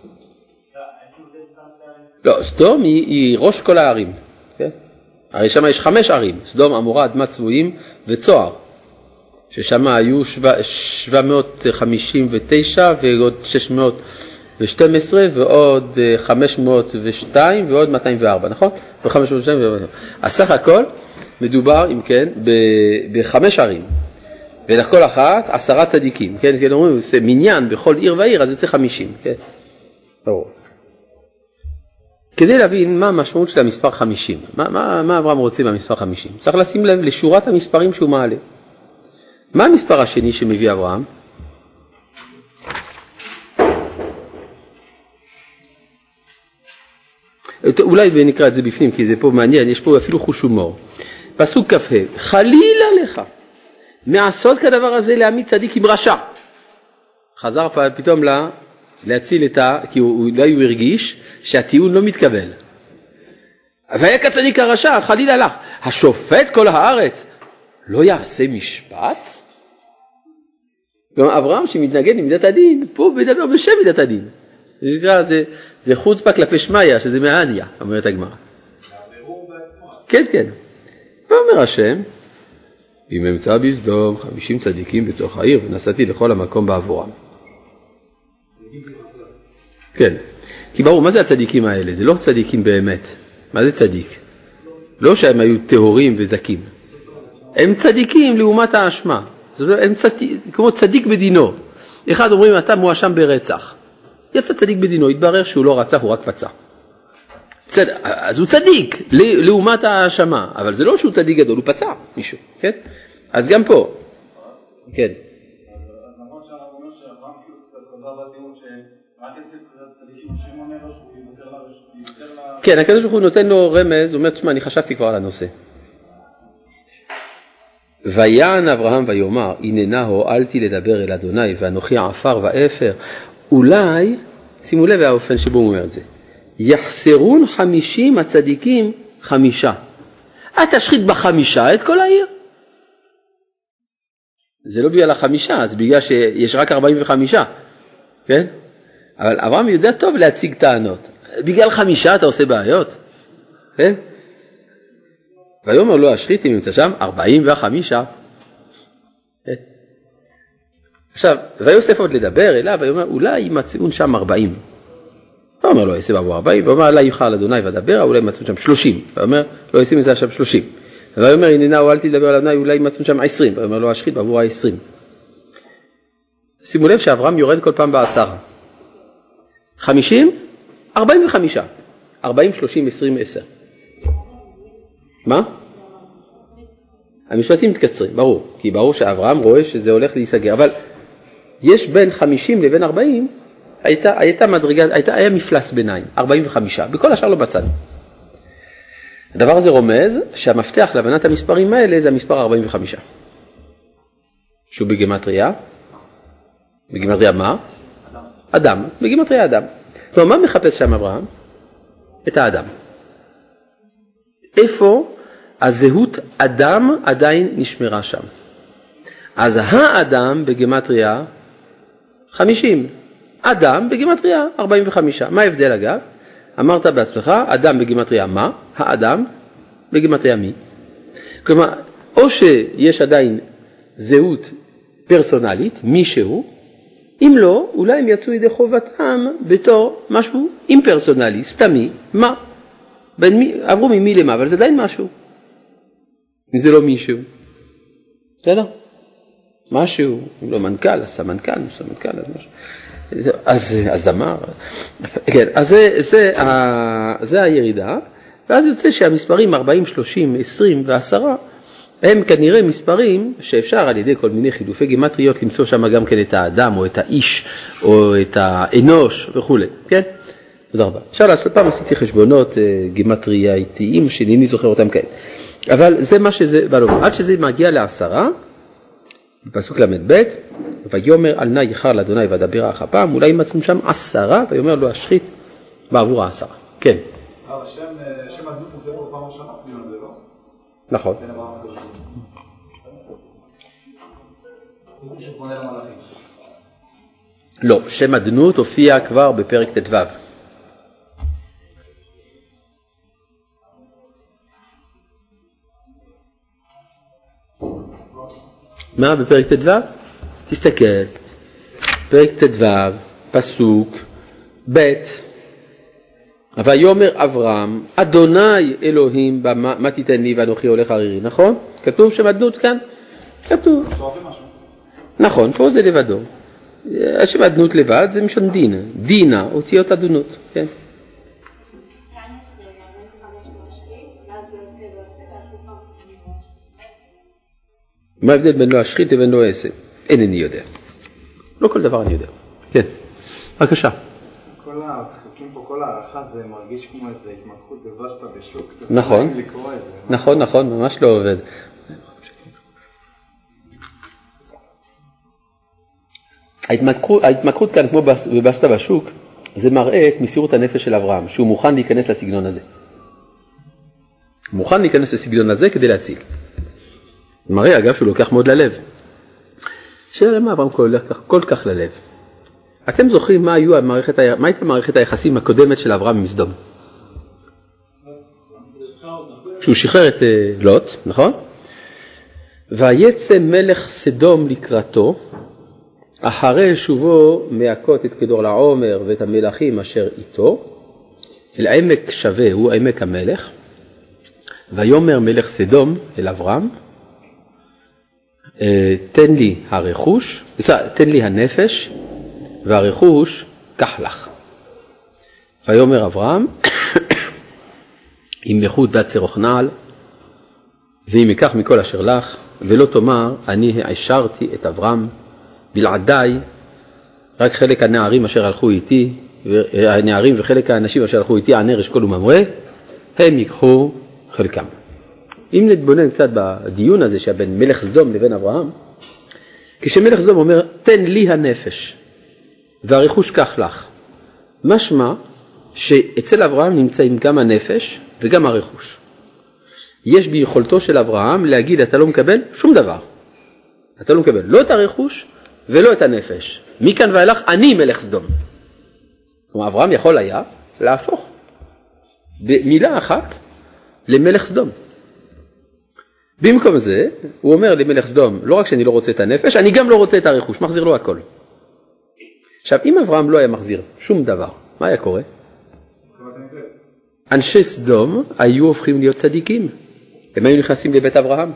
A: לא, סדום היא, היא ראש כל הערים. כן? הרי שם יש חמש ערים, סדום, עמורה, אדמת צבועים וצוהר. ששם היו שבע מאות חמישים ותשע ועוד שש מאות ושתים עשרה ועוד חמש מאות ושתיים ועוד מאתיים וארבע, נכון? ו-חמש מאות ושתיים ועוד. אז סך הכל מדובר, אם כן, בחמש ערים. ולכל אחת עשרה צדיקים, כן? כי אומרים, זה מניין בכל עיר ועיר, אז יוצא חמישים, כן? ברור. כדי להבין מה המשמעות של המספר חמישים, מה, מה, מה אברהם רוצה במספר חמישים? צריך לשים לב לשורת המספרים שהוא מעלה. מה המספר השני שמביא אברהם? אולי נקרא את זה בפנים, כי זה פה מעניין, יש פה אפילו חוש הומור. פסוק כ"ה, חלילה לך מעשות כדבר הזה להעמיד צדיק עם רשע. חזר פתאום לה, להציל את ה... כי הוא, אולי הוא הרגיש שהטיעון לא מתקבל. והיה כצדיק הרשע, חלילה לך, השופט כל הארץ לא יעשה משפט? גם אברהם שמתנגד למידת הדין, פה מדבר בשם מידת הדין. זה, זה, זה חוצפה כלפי שמיה, שזה מעניה, אומרת הגמרא. כן, כן. ואומר השם, אם אמצא בסדום חמישים צדיקים בתוך העיר, ונסעתי לכל המקום בעבורם. כן. כי ברור, מה זה הצדיקים האלה? זה לא צדיקים באמת. מה זה צדיק? לא שהם היו טהורים וזקים. הם צדיקים לעומת האשמה. הם צדיק, כמו צדיק בדינו. אחד אומרים, אתה מואשם ברצח. יצא צדיק בדינו, התברר שהוא לא רצח, הוא רק פצע. בסדר, אז הוא צדיק לעומת האשמה, אבל זה לא שהוא צדיק גדול, הוא פצע מישהו, כן? אז גם פה, כן.
B: אז למרות שאנחנו אומרים שאברהם כאילו קצת חזר בדיון שרק אצל צדיקים שמעון אלו שהוא יותר ל...
A: כן, הקדוש ברוך הוא נותן לו רמז, הוא אומר, תשמע, אני חשבתי כבר על הנושא. ויען אברהם ויאמר, הננה הועלתי לדבר אל אדוני, ואנוכי עפר ואפר. אולי, שימו לב האופן שבו הוא אומר את זה, יחסרון חמישים הצדיקים חמישה. את תשחית בחמישה את כל העיר. זה לא בגלל החמישה, זה בגלל שיש רק ארבעים וחמישה. כן? אבל אברהם יודע טוב להציג טענות. בגלל חמישה אתה עושה בעיות. כן? ויאמר לו השחית אם ימצא שם ארבעים וחמישה. כן? עכשיו, ויוסף עוד לדבר אליו, ויאמר אולי ימצאון שם ארבעים. הוא אומר לו, יעשה בעבור ארבעים, ואומר, אולי יבחר על אדוני ודבר, אולי ימצאון שם שלושים. ואומר, לא יעשה מזה שם שלושים. ואומר, הננה הועלתי לדבר על אדוני, אולי ימצאון שם עשרים. ואומר לו, השחית בעבור העשרים. שימו לב שאברהם יורד כל פעם בעשר. חמישים, ארבעים וחמישה. ארבעים, שלושים, עשרים, עשר. מה? המשפטים מתקצרים, ברור. כי ברור שאברהם רואה שזה הולך להיסגר. אבל יש בין חמישים לבין ארבעים, הייתה, הייתה מדרגה, הייתה, היה מפלס ביניים, ארבעים וחמישה, בכל השאר לא בצד. הדבר הזה רומז שהמפתח להבנת המספרים האלה זה המספר ארבעים וחמש. שהוא בגימטריה. בגימטריה מה? אדם. אדם. בגימטריה אדם. כלומר, מה מחפש שם אברהם? את האדם. איפה הזהות אדם עדיין נשמרה שם? אז האדם בגימטריה חמישים. אדם בגימטריה ארבעים וחמש. מה ההבדל אגב? אמרת בעצמך, אדם בגימטריה מה? האדם בגימטריה מי? כלומר, או שיש עדיין זהות פרסונלית, מישהו, אם לא, אולי הם יצאו ידי חובתם בתור משהו אימפרסונלי, סתמי, מה? בין מי, עברו ממי למה, אבל זה עדיין משהו. אם זה לא מישהו. בסדר? משהו, אם לא מנכ"ל, אז סמנכ"ל, סמנכ"ל, אז משהו. אז, אז אמר, כן, אז זה, זה, זה הירידה, ואז יוצא שהמספרים ארבעים, שלושים, עשרים ו-עשר הם כנראה מספרים שאפשר על ידי כל מיני חילופי גימטריות למצוא שם גם כן את האדם או את האיש או את האנוש וכו'. כן? תודה רבה. אפשר לעשות, פעם עשיתי חשבונות גימטרייתיים שאיני זוכר אותם כאלה. אבל זה מה שזה בא לומר. עד שזה מגיע לעשרה, בפסוק למד ב', ויאמר אל נא יחר לאדוני ואדבר אך הפעם, אולי ימצאו שם עשרה, ויאמר לו השחית בעבור העשרה. כן.
C: השם אדנות מופיע פה פעם ראשונה, זה לא?
A: נכון. לא, שם אדנות הופיע כבר בפרק ט"ו. מה בפרק ט"ו? תסתכל, פרק ט"ו, פסוק ב' ויאמר אברהם, אדוני אלוהים, במה, מה תיתן לי ואנוכי הולך ערירי, נכון? כתוב שם אדנות כאן? כתוב. נכון, פה זה לבדו. שם אדנות לבד זה משון דין, דינה, אותיות אדנות, כן. מה ההבדל בין לא השחית לבין לא העשה? אינני יודע. לא כל דבר אני יודע. כן, בבקשה.
B: כל הפסוקים פה, כל הערכה זה מרגיש כמו איזה התמקחות בבסטה בשוק.
A: נכון, נכון, נכון, ממש לא עובד. ההתמקרות, ההתמקרות כאן כמו בבסטה בשוק, זה מראה את מסירות הנפש של אברהם, שהוא מוכן להיכנס לסגנון הזה. מוכן להיכנס לסגנון הזה כדי להציל. מראה אגב שהוא לוקח מאוד ללב. שאלה למה אברהם כל, כל כך ללב? אתם זוכרים מה, היו המערכת, מה הייתה מערכת היחסים הקודמת של אברהם עם סדום? שהוא שחרר את לוט, נכון? ויצא מלך סדום לקראתו, אחרי שובו מהכות את כדור לעומר ואת המלכים אשר איתו, אל עמק שווה, הוא עמק המלך, ויאמר מלך סדום אל אברהם, תן לי הרכוש, תן לי הנפש, והרכוש קח לך. ויאמר אברהם, אם יחוד ועצרוך נעל, ואם ייקח מכל אשר לך, ולא תאמר, אני העשרתי את אברהם, בלעדיי, רק חלק הנערים אשר הלכו איתי, הנערים וחלק האנשים אשר הלכו איתי, ענר אשכול וממרא, הם ייקחו חלקם. אם נתבונן קצת בדיון הזה שבין מלך סדום לבין אברהם, כשמלך סדום אומר, תן לי הנפש, והרכוש קח לך, משמע שאצל אברהם נמצאים גם הנפש וגם הרכוש. יש ביכולתו של אברהם להגיד, אתה לא מקבל שום דבר. אתה לא מקבל לא את הרכוש ולא את הנפש. מכאן ואילך אני מלך סדום. כלומר, אברהם יכול היה להפוך במילה אחת למלך סדום. במקום זה, הוא אומר למלך סדום, לא רק שאני לא רוצה את הנפש, אני גם לא רוצה את הרכוש, מחזיר לו הכל. עכשיו, אם אברהם לא היה מחזיר שום דבר, מה היה קורה? אנשי סדום היו הופכים להיות צדיקים. הם היו נכנסים לבית אברהם.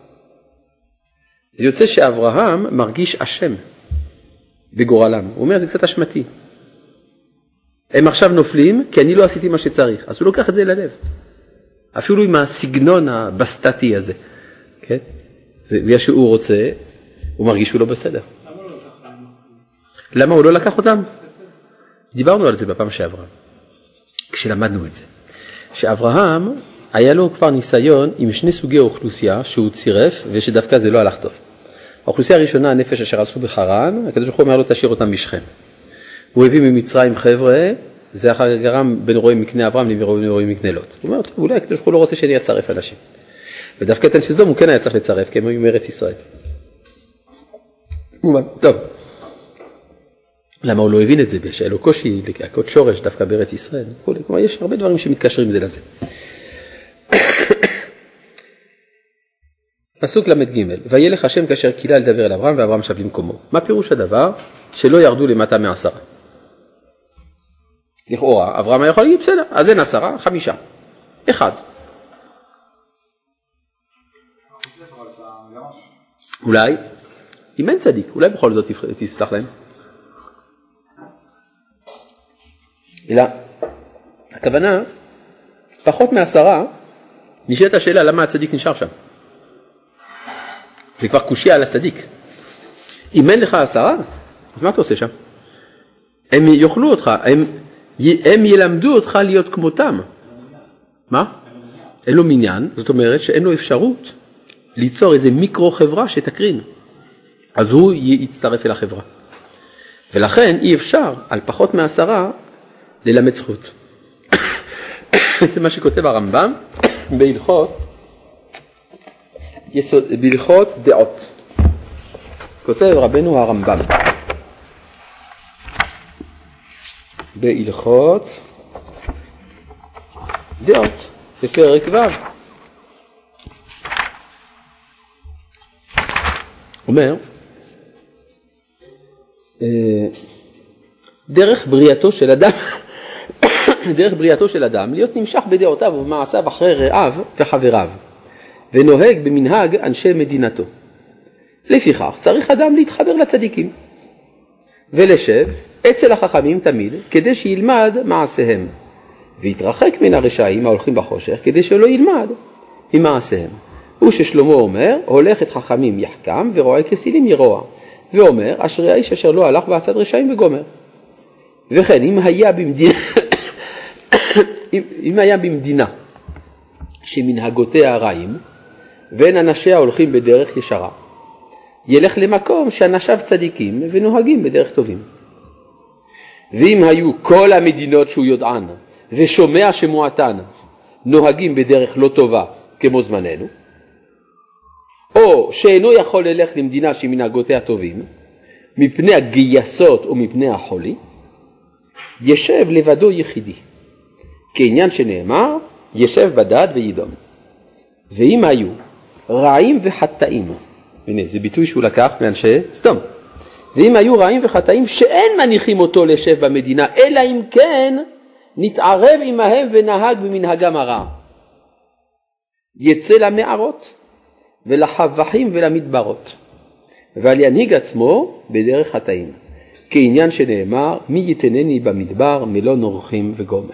A: זה יוצא שאברהם מרגיש אשם בגורלם. הוא אומר, זה קצת אשמתי. הם עכשיו נופלים, כי אני לא עשיתי מה שצריך. אז הוא לוקח את זה ללב. אפילו עם הסגנון הבסטטי הזה. כן? זה בגלל שהוא רוצה, הוא מרגיש שהוא לא בסדר. למה הוא לא לקח אותם? דיברנו על זה בפעם שעברה, כשלמדנו את זה. שאברהם היה לו כבר ניסיון עם שני סוגי אוכלוסייה שהוא צירף ושדווקא זה לא הלך טוב. האוכלוסייה הראשונה, הנפש אשר עשו בחרן, הקדוש ברוך הוא אומר לו תשאיר אותם בשכם. הוא הביא ממצרים חבר'ה, זה אחר גרם בין רואה מקנה אברהם לבין רואה מקנה לוט. הוא אומר, טוב, אולי הקדוש ברוך הוא לא רוצה שאני אצרף אנשים. ודווקא את אנשי סדום הוא כן היה צריך לצרף, כי הם היו מארץ ישראל. טוב. למה הוא לא הבין את זה? שהיה לו קושי להכות שורש דווקא בארץ ישראל. כלומר, יש הרבה דברים שמתקשרים זה לזה. פסוק למד ג' וילך השם כאשר קילה לדבר אל אברהם ואברהם שב למקומו. מה פירוש הדבר? שלא ירדו למטה מעשרה. לכאורה, אברהם יכול להגיד בסדר, אז אין עשרה, חמישה. אחד. אולי, אם אין צדיק, אולי בכל זאת תסלח להם. אלא, הכוונה, פחות מעשרה, נשאלת השאלה למה הצדיק נשאר שם. זה כבר קושיה על הצדיק. אם אין לך עשרה, אז מה אתה עושה שם? הם יאכלו אותך, הם, הם ילמדו אותך להיות כמותם. מה? אין לו מניין, זאת אומרת שאין לו אפשרות ליצור איזה מיקרו חברה שתקרין. אז הוא יצטרף אל החברה. ולכן אי אפשר על פחות מעשרה ללמד זכות. זה מה שכותב הרמב"ם בהלכות, יסוד, בהלכות דעות. כותב רבנו הרמב"ם בהלכות דעות, זה פרק ו'. אומר, דרך בריאתו של אדם, דרך בריאתו של אדם, להיות נמשך בדעותיו ובמעשיו אחרי רעיו וחבריו, ונוהג במנהג אנשי מדינתו. לפיכך צריך אדם להתחבר לצדיקים, ולשב אצל החכמים תמיד, כדי שילמד מעשיהם, ויתרחק מן הרשעים ההולכים בחושך, כדי שלא ילמד ממעשיהם. הוא ששלמה אומר, הולך את חכמים יחכם, ורואה כסילים ירוע, ואומר, אשרי האיש אשר לא הלך בעצת רשעים וגומר. וכן, אם היה במדינה, אם, אם היה במדינה שמנהגותיה רעים, ואין אנשיה הולכים בדרך ישרה, ילך למקום שאנשיו צדיקים ונוהגים בדרך טובים. ואם היו כל המדינות שהוא יודען ושומע שמועתן נוהגים בדרך לא טובה כמו זמננו, או שאינו יכול ללך למדינה שמנהגותיה טובים מפני הגייסות או מפני החולי, ישב לבדו יחידי, כעניין שנאמר ישב בדד וידום. ואם היו רעים וחטאים, הנה זה ביטוי שהוא לקח מאנשי סדום, ואם היו רעים וחטאים שאין מניחים אותו לשב במדינה, אלא אם כן נתערב עמהם ונהג במנהגם הרע, יצא למערות ולחבחים ולמדברות, ועל ינהיג עצמו בדרך חטאים, כעניין שנאמר מי יתנני במדבר מלון אורחים וגומר.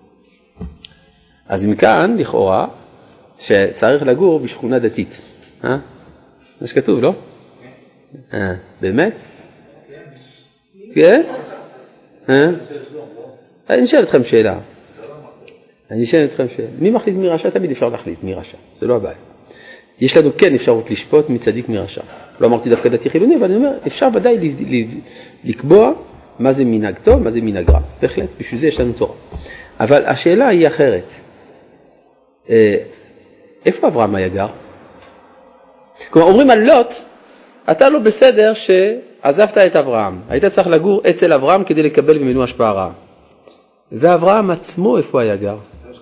A: אז מכאן לכאורה שצריך לגור בשכונה דתית. אה? זה שכתוב, לא? אה, באמת? כן? אה? אני אשאל אתכם שאלה. אני אשאל אתכם שאלה. מי מחליט מי רשע? תמיד אפשר להחליט מי רשע. זה לא הבעיה. יש לנו כן אפשרות לשפוט מצדיק מי רשע. לא אמרתי דווקא דתי חילוני, אבל אני אומר, אפשר ודאי לקבוע מה זה מנהג טוב, מה זה מנהג רע. בהחלט, בשביל זה יש לנו תורה. אבל השאלה היא אחרת. איפה אברהם היה גר? כלומר, אומרים על לוט, אתה לא בסדר שעזבת את אברהם. היית צריך לגור אצל אברהם כדי לקבל ממנו השפעה רעה. ואברהם עצמו איפה היה גר?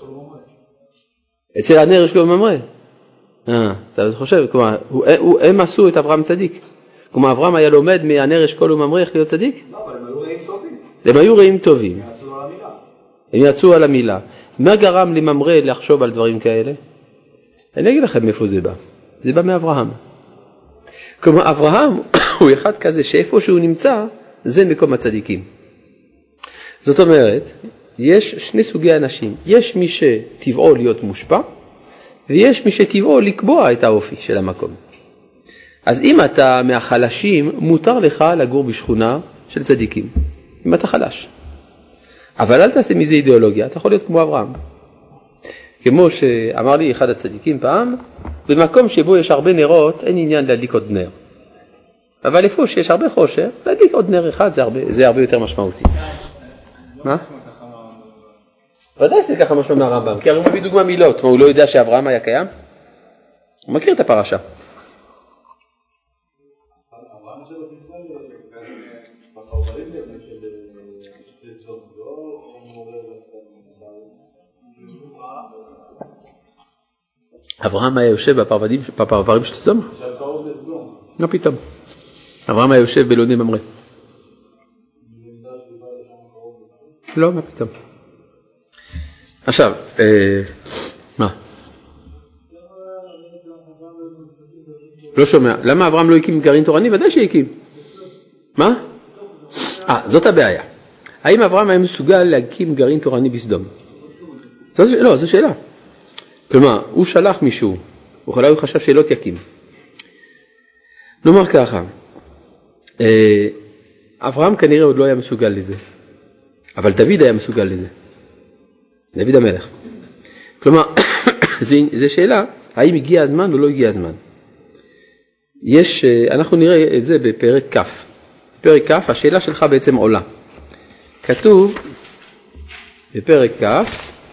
A: אצל הנר שלו ממרא. אה, אתה חושב, כלומר, הם עשו את אברהם צדיק. כלומר, אברהם היה לומד מהנר אשכול וממרא איך להיות צדיק?
C: לא, אבל הם היו רעים טובים.
A: הם היו רעים טובים.
C: הם יצאו על המילה.
A: הם יצאו על המילה. מה גרם לממרא לחשוב על דברים כאלה? אני אגיד לכם מאיפה זה בא. זה בא מאברהם. כלומר, אברהם הוא אחד כזה שאיפה שהוא נמצא, זה מקום הצדיקים. זאת אומרת, יש שני סוגי אנשים. יש מי שטבעו להיות מושפע, ויש מי שטבעו לקבוע את האופי של המקום. אז אם אתה מהחלשים, מותר לך לגור בשכונה של צדיקים. אם אתה חלש. אבל אל תעשה מזה אידיאולוגיה, אתה יכול להיות כמו אברהם. כמו שאמר לי אחד הצדיקים פעם, במקום שבו יש הרבה נרות אין עניין להדליק עוד נר. אבל איפה שיש הרבה חושך, להדליק עוד נר אחד זה הרבה, זה הרבה יותר משמעותי. מה? ודאי שזה ככה משמע מהרמב"ם, כי הרי הוא מביא דוגמה מילות, מה הוא לא יודע שאברהם היה קיים? הוא מכיר את הפרשה. אברהם היה יושב בפרברים, בפרברים של סדום? לא פתאום. אברהם היה יושב באלוני ממרא. לא, מה פתאום. עכשיו, אה, מה? לא שומע. למה אברהם לא הקים גרעין תורני? ודאי שהקים. מה? אה, זאת הבעיה. האם אברהם היה מסוגל להקים גרעין תורני בסדום? לא, זו שאלה. כלומר, הוא שלח מישהו, אולי הוא חשב שלא תקים. נאמר ככה, אברהם כנראה עוד לא היה מסוגל לזה, אבל דוד היה מסוגל לזה. דוד המלך. כלומר, זו שאלה, האם הגיע הזמן או לא הגיע הזמן. יש, אנחנו נראה את זה בפרק כ'. בפרק כ', השאלה שלך בעצם עולה. כתוב בפרק כ',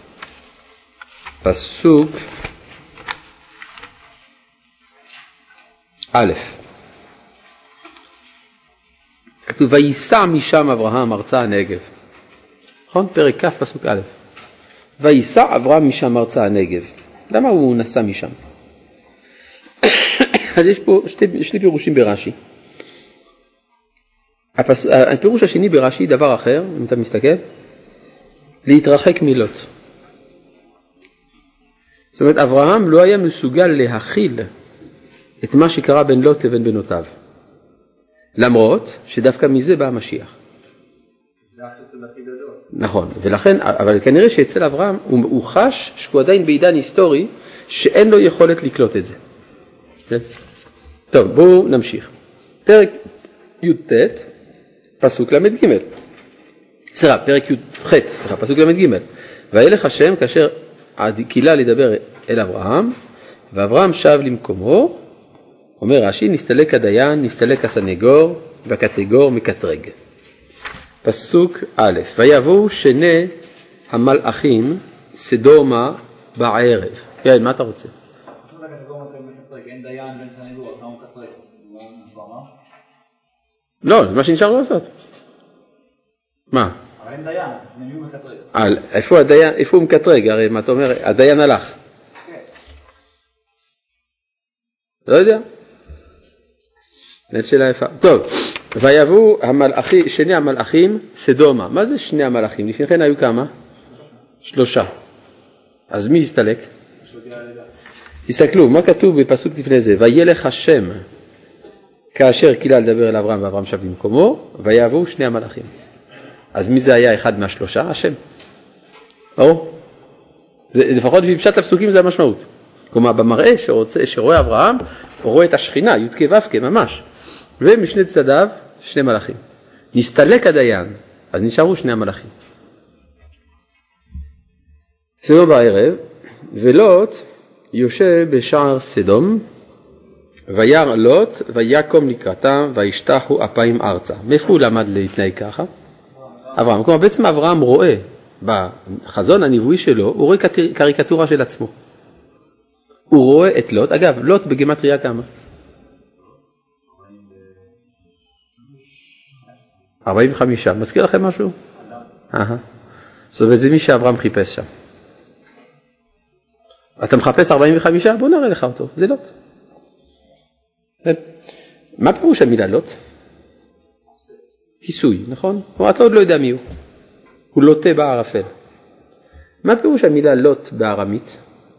A: פסוק א', כתוב וייסע משם אברהם ארצה הנגב. נכון? פרק כ' פסוק א'. וייסע אברהם משם ארצה הנגב. למה הוא נסע משם? אז יש פה שתי, שני פירושים ברש"י. הפס... הפירוש השני ברש"י דבר אחר, אם אתה מסתכל, להתרחק מלוט. זאת אומרת, אברהם לא היה מסוגל להכיל את מה שקרה בין לוט לבין בנותיו. למרות שדווקא מזה בא המשיח.
C: זה החסד הכי גדול.
A: נכון, ולכן, אבל כנראה שאצל אברהם הוא, הוא חש שהוא עדיין בעידן היסטורי שאין לו יכולת לקלוט את זה. כן? טוב, בואו נמשיך. פרק י"ט, פסוק למד ג'. סליחה, פרק י"ח, סליחה, פסוק למד ג'. וילך השם כאשר קהילה לדבר אל אברהם, ואברהם שב למקומו, אומר רש"י, נסתלק הדיין, נסתלק הסנגור, והקטגור מקטרג. פסוק א', ויבואו שני המלאכים סדומה בערב. יאיר, מה אתה רוצה?
C: אין דיין ואין סנגור, אז מה הוא מקטרג? הוא אמר?
A: לא, זה מה שנשאר לו לעשות. מה?
C: אבל אין דיין, אז מי הוא מקטרג?
A: איפה הדיין, איפה הוא מקטרג? הרי מה אתה אומר, הדיין הלך.
C: כן.
A: לא יודע. זאת שאלה יפה. טוב, ויבואו המלאכים, שני המלאכים סדומה. מה זה שני המלאכים? לפני כן היו כמה? שלושה. אז מי הסתלק? תסתכלו, מה כתוב בפסוק לפני זה? וילך השם כאשר קהילה לדבר אל אברהם ואברהם שב במקומו, ויבואו שני המלאכים. אז מי זה היה אחד מהשלושה? השם. ברור? זה, לפחות בפשט הפסוקים זה המשמעות. כלומר, במראה שרוצה, שרואה אברהם, הוא רואה את השכינה, י' כ' ו' כ' ממש. ומשני צדדיו, שני מלאכים. נסתלק הדיין, אז נשארו שני המלאכים. סדום בערב, ולוט יושב בשער סדום, וירא לוט, ויקום לקראתם, וישתחו אפיים ארצה. מאיפה הוא למד להתנהג ככה? אברהם. כלומר, בעצם אברהם רואה, בחזון הנבואי שלו, הוא רואה קריקטורה של עצמו. הוא רואה את לוט, אגב, לוט בגימטריה כמה? ארבעים וחמש. מזכיר לכם משהו? אהה. זאת אומרת, זה מי שאברהם חיפש שם. אתה מחפש ארבעים וחמש? בוא נראה לך אותו, זה לוט. מה פירוש המילה לוט? כיסוי, נכון? כלומר, אתה עוד לא יודע מי הוא. הוא לוטה בערפל. מה פירוש המילה לוט בארמית?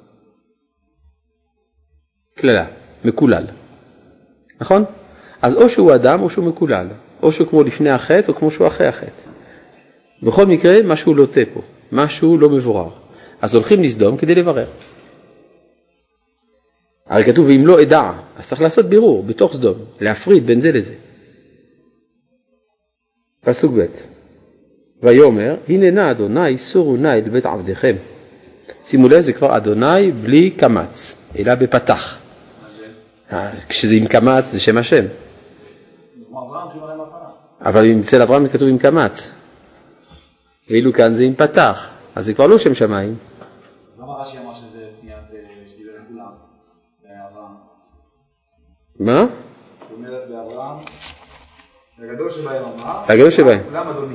A: כללה, מקולל. נכון? אז או שהוא אדם או שהוא מקולל. או שהוא כמו לפני החטא או כמו שהוא אחרי החטא. בכל מקרה, משהו לוטה פה. משהו לא מבורר. אז הולכים לסדום כדי לברר. הרי כתוב, ואם לא אדע, אז צריך לעשות בירור בתוך סדום, להפריד בין זה לזה. פסוק ב' ויאמר, הנה נא אדוני, סורו נא אל בית עבדיכם, שימו לב, זה כבר אדוני בלי קמץ, אלא בפתח. כשזה עם קמץ זה שם השם. אבל אצל אברהם כתוב עם קמץ. ואילו כאן זה עם פתח, אז זה כבר לא שם שמיים.
C: למה רש"י אמר שזה פניית שדיבר לכולם, באברהם?
A: מה?
C: זאת אומרת באברהם, הגדול שבהם אמר,
A: הגדול שבהם.
C: כולם אדוני.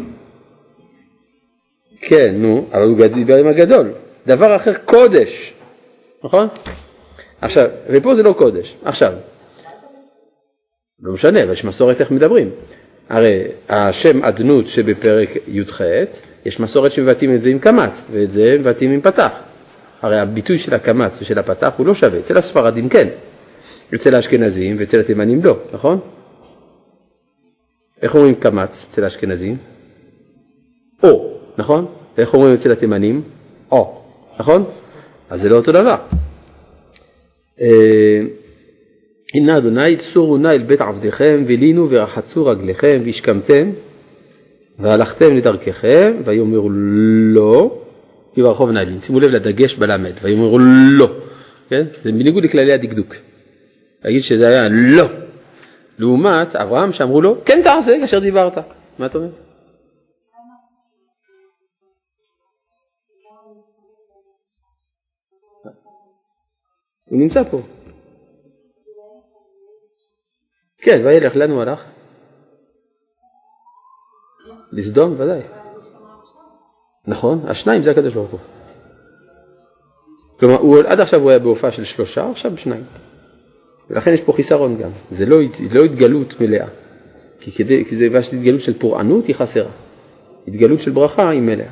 A: כן, נו, אבל הוא דיבר עם הגדול. דבר אחר קודש, נכון? עכשיו, ופה זה לא קודש. עכשיו, לא משנה, אבל יש מסורת איך מדברים. הרי השם אדנות שבפרק י"ח, יש מסורת שמבטאים את זה עם קמץ, ואת זה מבטאים עם פתח. הרי הביטוי של הקמץ ושל הפתח הוא לא שווה. אצל הספרדים כן, אצל האשכנזים ואצל התימנים לא, נכון? איך אומרים קמץ אצל האשכנזים? או, נכון? ואיך אומרים אצל התימנים? או, נכון? אז זה לא אותו דבר. הנה אדוני צורו נא אל בית עבדיכם ולינו ורחצו רגליכם והשכמתם והלכתם לדרככם ויאמרו לא יברכו ונעלין. שימו לב לדגש בלמד ויאמרו לא, כן? זה בניגוד לכללי הדקדוק. להגיד שזה היה לא. לעומת אברהם שאמרו לו כן תעשה כאשר דיברת. מה אתה אומר? הוא נמצא פה. כן, וילך, לאן הוא הלך? לסדום, ודאי. נכון, השניים זה הקדוש ברוך הוא. כלומר, הוא, עד עכשיו הוא היה בהופעה של שלושה, עכשיו בשניים. ולכן יש פה חיסרון גם. זה לא, לא התגלות מלאה. כי, כדי, כי זה התגלות של פורענות היא חסרה. התגלות של ברכה היא מלאה.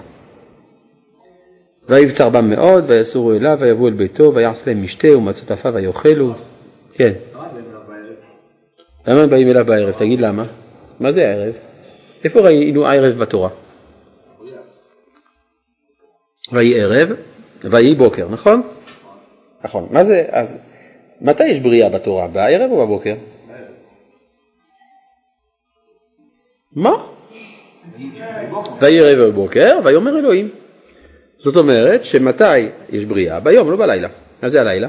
A: ויבצר בם מאוד, ויסורו אליו, ויבואו אל ביתו, ויעש להם משתה ומצות אפיו ויאכלו. כן. למה הם באים אליו בערב? תגיד למה? מה זה הערב? איפה ראינו הערב בתורה? ויהי ערב, ויהי בוקר, נכון? נכון. מה זה? אז מתי יש בריאה בתורה? בערב או בבוקר? מה? ויהי ערב ובוקר, ויאמר אלוהים. זאת אומרת שמתי יש בריאה? ביום, לא בלילה. מה זה הלילה?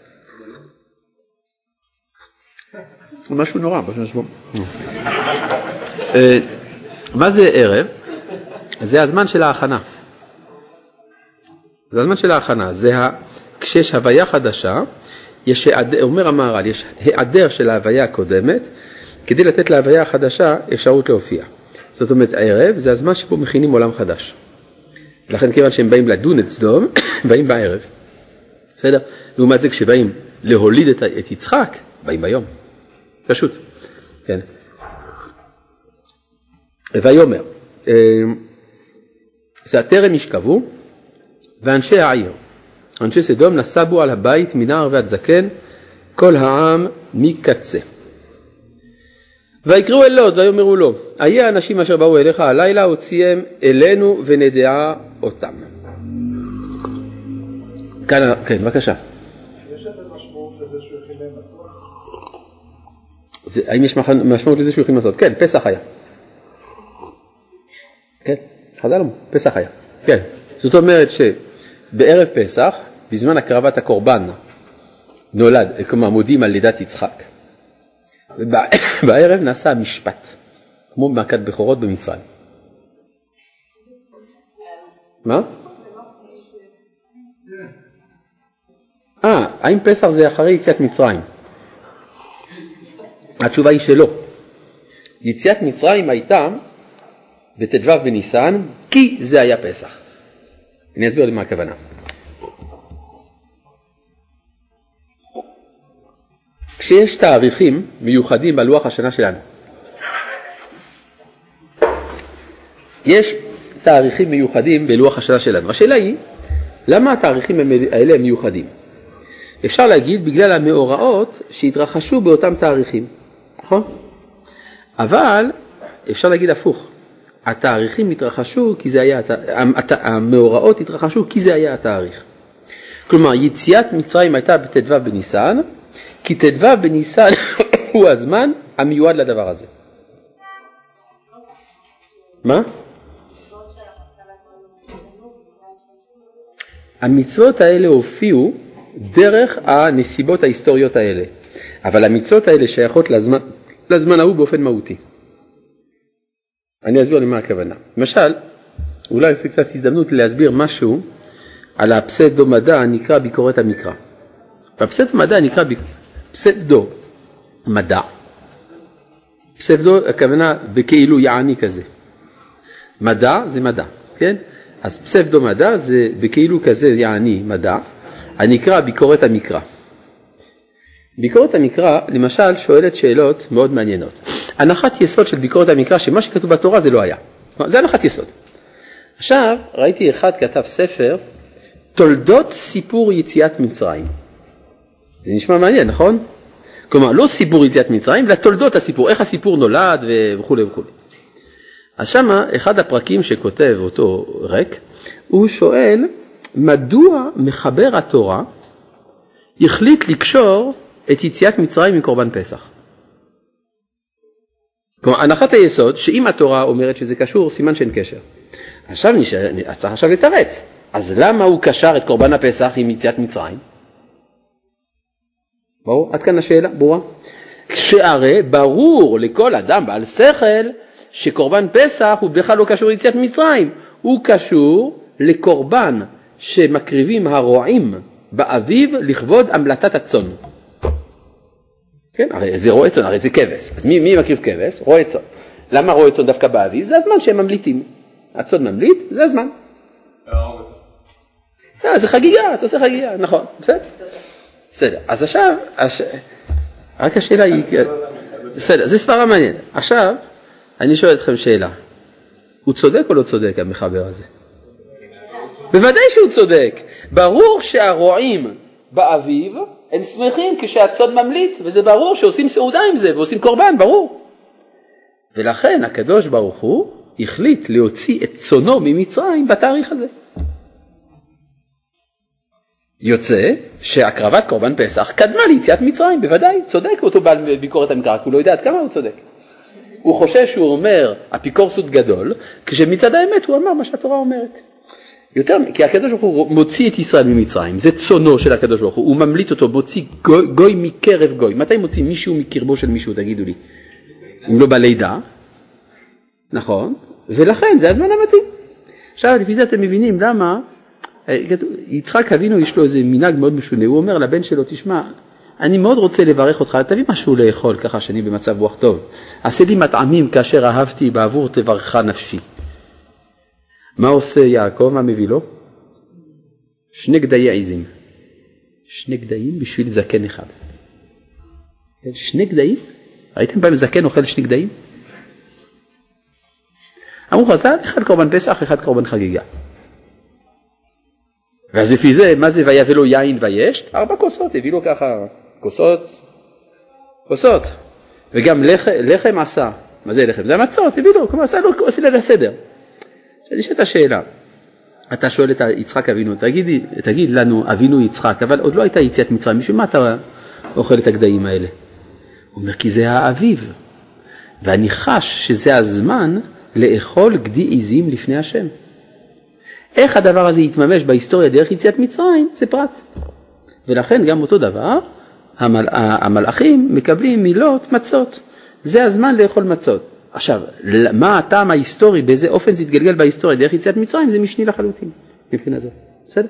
A: משהו נורא, משהו נשמע. מה זה ערב? זה הזמן של ההכנה. זה הזמן של ההכנה. זה כשיש הוויה חדשה, יש העדר, אומר המהר"ל, יש העדר של ההוויה הקודמת, כדי לתת להוויה החדשה אפשרות להופיע. זאת אומרת, הערב זה הזמן שבו מכינים עולם חדש. לכן כיוון שהם באים לדון את סדום, באים בערב. בסדר? לעומת זה כשבאים להוליד את, את יצחק, באים ביום. פשוט. כן. ויאמר, זה הטרם ישכבו, ואנשי העיר, אנשי סדום נסבו על הבית מנער ועד זקן, כל העם מקצה. ויקראו אל לוט ויאמרו לו, איה האנשים אשר באו אליך הלילה הוציאם אלינו ונדעה אותם. כאן, כן, בבקשה.
E: יש את המשמעות לזה שהוא הכין להם מצות?
A: האם יש משמעות לזה שהוא הכין מצות? כן, פסח היה. כן, חז"ל, פסח היה. כן, זאת אומרת שבערב פסח, בזמן הקרבת הקורבן, נולד, כלומר מודיעים על לידת יצחק. ובערב נעשה משפט, כמו במכת בכורות במצרים. מה? אה, האם פסח זה אחרי יציאת מצרים? התשובה היא שלא. יציאת מצרים הייתה בט"ו בניסן, כי זה היה פסח. אני אסביר למה הכוונה. כשיש תאריכים מיוחדים בלוח השנה שלנו, יש תאריכים מיוחדים בלוח השנה שלנו. השאלה היא, למה התאריכים האלה הם מיוחדים? אפשר להגיד בגלל המאורעות שהתרחשו באותם תאריכים, נכון? אבל אפשר להגיד הפוך, התאריכים התרחשו כי זה היה, המאורעות התרחשו כי זה היה התאריך. כלומר, יציאת מצרים הייתה בט"ו בניסן, כי ט"ו בניסן הוא הזמן המיועד לדבר הזה. מה? המצוות האלה הופיעו דרך הנסיבות ההיסטוריות האלה, אבל המצוות האלה שייכות לזמן, לזמן ההוא באופן מהותי. אני אסביר למה הכוונה. למשל, אולי יש קצת הזדמנות להסביר משהו על הפסדו מדע נקרא ביקורת המקרא. הפסדו מדע נקרא פסדו מדע. פסדו הכוונה בכאילו יעני כזה. מדע זה מדע, כן? אז פסדו מדע זה בכאילו כזה יעני מדע, הנקרא ביקורת המקרא. ביקורת המקרא למשל שואלת שאלות מאוד מעניינות. הנחת יסוד של ביקורת המקרא שמה שכתוב בתורה זה לא היה. זה הנחת יסוד. עכשיו ראיתי אחד כתב ספר תולדות סיפור יציאת מצרים. זה נשמע מעניין, נכון? כלומר לא סיפור יציאת מצרים אלא תולדות הסיפור, איך הסיפור נולד וכו' וכו'. אז שמה אחד הפרקים שכותב אותו ריק, הוא שואל מדוע מחבר התורה החליט לקשור את יציאת מצרים עם קורבן פסח. כלומר, הנחת היסוד שאם התורה אומרת שזה קשור, סימן שאין קשר. עכשיו צריך עכשיו לתרץ. אז למה הוא קשר את קורבן הפסח עם יציאת מצרים? ברור? עד כאן השאלה, ברורה? כשהרי ברור לכל אדם בעל שכל שקורבן פסח הוא בכלל לא קשור ליציאת מצרים. הוא קשור לקורבן שמקריבים הרועים באביב לכבוד המלטת הצאן. כן, הרי זה רועה צאן, הרי זה כבש. אז מי, מי מקריב כבש? רועה צאן. למה רועה צאן דווקא באביב? זה הזמן שהם ממליטים. הצאן ממליט, זה הזמן. לא, זה חגיגה, אתה עושה חגיגה, נכון, בסדר? בסדר, אז עכשיו, הש... רק השאלה היא, בסדר, זה סברה מעניין. עכשיו, אני שואל אתכם שאלה. הוא צודק או לא צודק, המחבר הזה? בוודאי שהוא צודק. ברור שהרועים באביב הם שמחים כשהצאן ממליט, וזה ברור שעושים סעודה עם זה ועושים קורבן, ברור. ולכן הקדוש ברוך הוא החליט להוציא את צאנו ממצרים בתאריך הזה. יוצא שהקרבת קורבן פסח קדמה ליציאת מצרים, בוודאי, צודק אותו בעל ביקורת המקרא, כי הוא לא יודע עד כמה הוא צודק. הוא חושב שהוא אומר אפיקורסות גדול, כשמצד האמת הוא אמר מה שהתורה אומרת. יותר, כי הקדוש ברוך הוא מוציא את ישראל ממצרים, זה צונו של הקדוש ברוך הוא, הוא ממליט אותו, מוציא גוי, גוי מקרב גוי. מתי מוציא מישהו מקרבו של מישהו, תגידו לי? אם לא בלידה, נכון, ולכן זה הזמן המתאים. עכשיו לפי זה אתם מבינים למה, יצחק אבינו יש לו איזה מנהג מאוד משונה, הוא אומר לבן שלו, תשמע, אני מאוד רוצה לברך אותך, תביא משהו לאכול ככה שאני במצב רוח טוב, עשה לי מטעמים כאשר אהבתי בעבור תברך נפשי. מה עושה יעקב? מה מביא לו? שני גדיי עזים. שני גדיים בשביל זקן אחד. שני גדיים? ראיתם פעם זקן אוכל שני גדיים? אמרו חז"ל, אחד קורבן פסח, אחד קורבן חגיגה. ואז לפי זה, מה זה ויבא לו יין ויש? ארבע כוסות, הביא לו ככה, כוסות, כוסות. וגם לחם, לחם עשה. מה זה לחם? זה המצות, הביא לו, כמו עשה לו, עושה לה לסדר. נשאלת השאלה, אתה שואל את יצחק אבינו, תגיד, תגיד לנו אבינו יצחק, אבל עוד לא הייתה יציאת מצרים, משום מה אתה אוכל את הגדיים האלה? הוא אומר, כי זה האביב, ואני חש שזה הזמן לאכול גדי עזים לפני השם. איך הדבר הזה יתממש בהיסטוריה דרך יציאת מצרים, זה פרט. ולכן גם אותו דבר, המל... המלאכים מקבלים מילות מצות, זה הזמן לאכול מצות. עכשיו, מה הטעם ההיסטורי, באיזה אופן זה יתגלגל בהיסטוריה דרך יציאת מצרים, זה משני לחלוטין, מבחינה זאת. בסדר?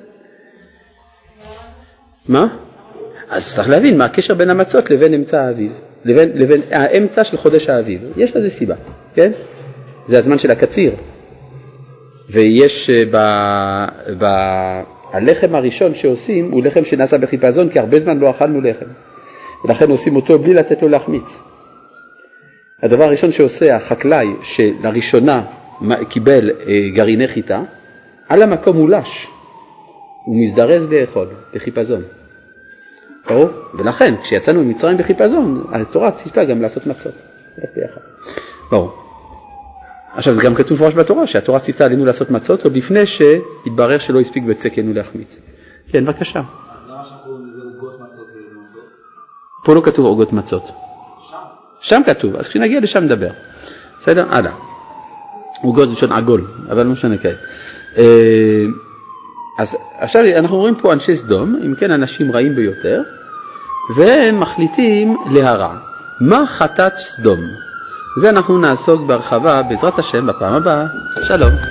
A: מה? אז צריך להבין מה הקשר בין המצות לבין אמצע האביב, לבין, לבין האמצע של חודש האביב. יש לזה סיבה, כן? זה הזמן של הקציר. ויש ב... ב... הלחם הראשון שעושים הוא לחם שנעשה בחיפזון, כי הרבה זמן לא אכלנו לחם. ולכן עושים אותו בלי לתת לו להחמיץ. הדבר הראשון שעושה החקלאי שלראשונה קיבל גרעיני חיטה, על המקום הוא לש, הוא מזדרז לאכול בחיפזון. ברור? ולכן כשיצאנו ממצרים בחיפזון, התורה ציוותה גם לעשות מצות. ברור. עכשיו זה גם כתוב ראש בתורה, שהתורה ציוותה עלינו לעשות מצות, או לפני שהתברר שלא הספיק בצקנו להחמיץ. כן, בבקשה.
C: אז למה שאנחנו קוראים לזה עוגות מצות ומצות?
A: פה לא כתוב עוגות מצות. שם כתוב, אז כשנגיע לשם נדבר. בסדר? הלאה. עוגות לשון עגול, אבל לא משנה כאלה. אז עכשיו אנחנו רואים פה אנשי סדום, אם כן אנשים רעים ביותר, והם מחליטים להרע. מה חטאת סדום? זה אנחנו נעסוק בהרחבה בעזרת השם בפעם הבאה. שלום.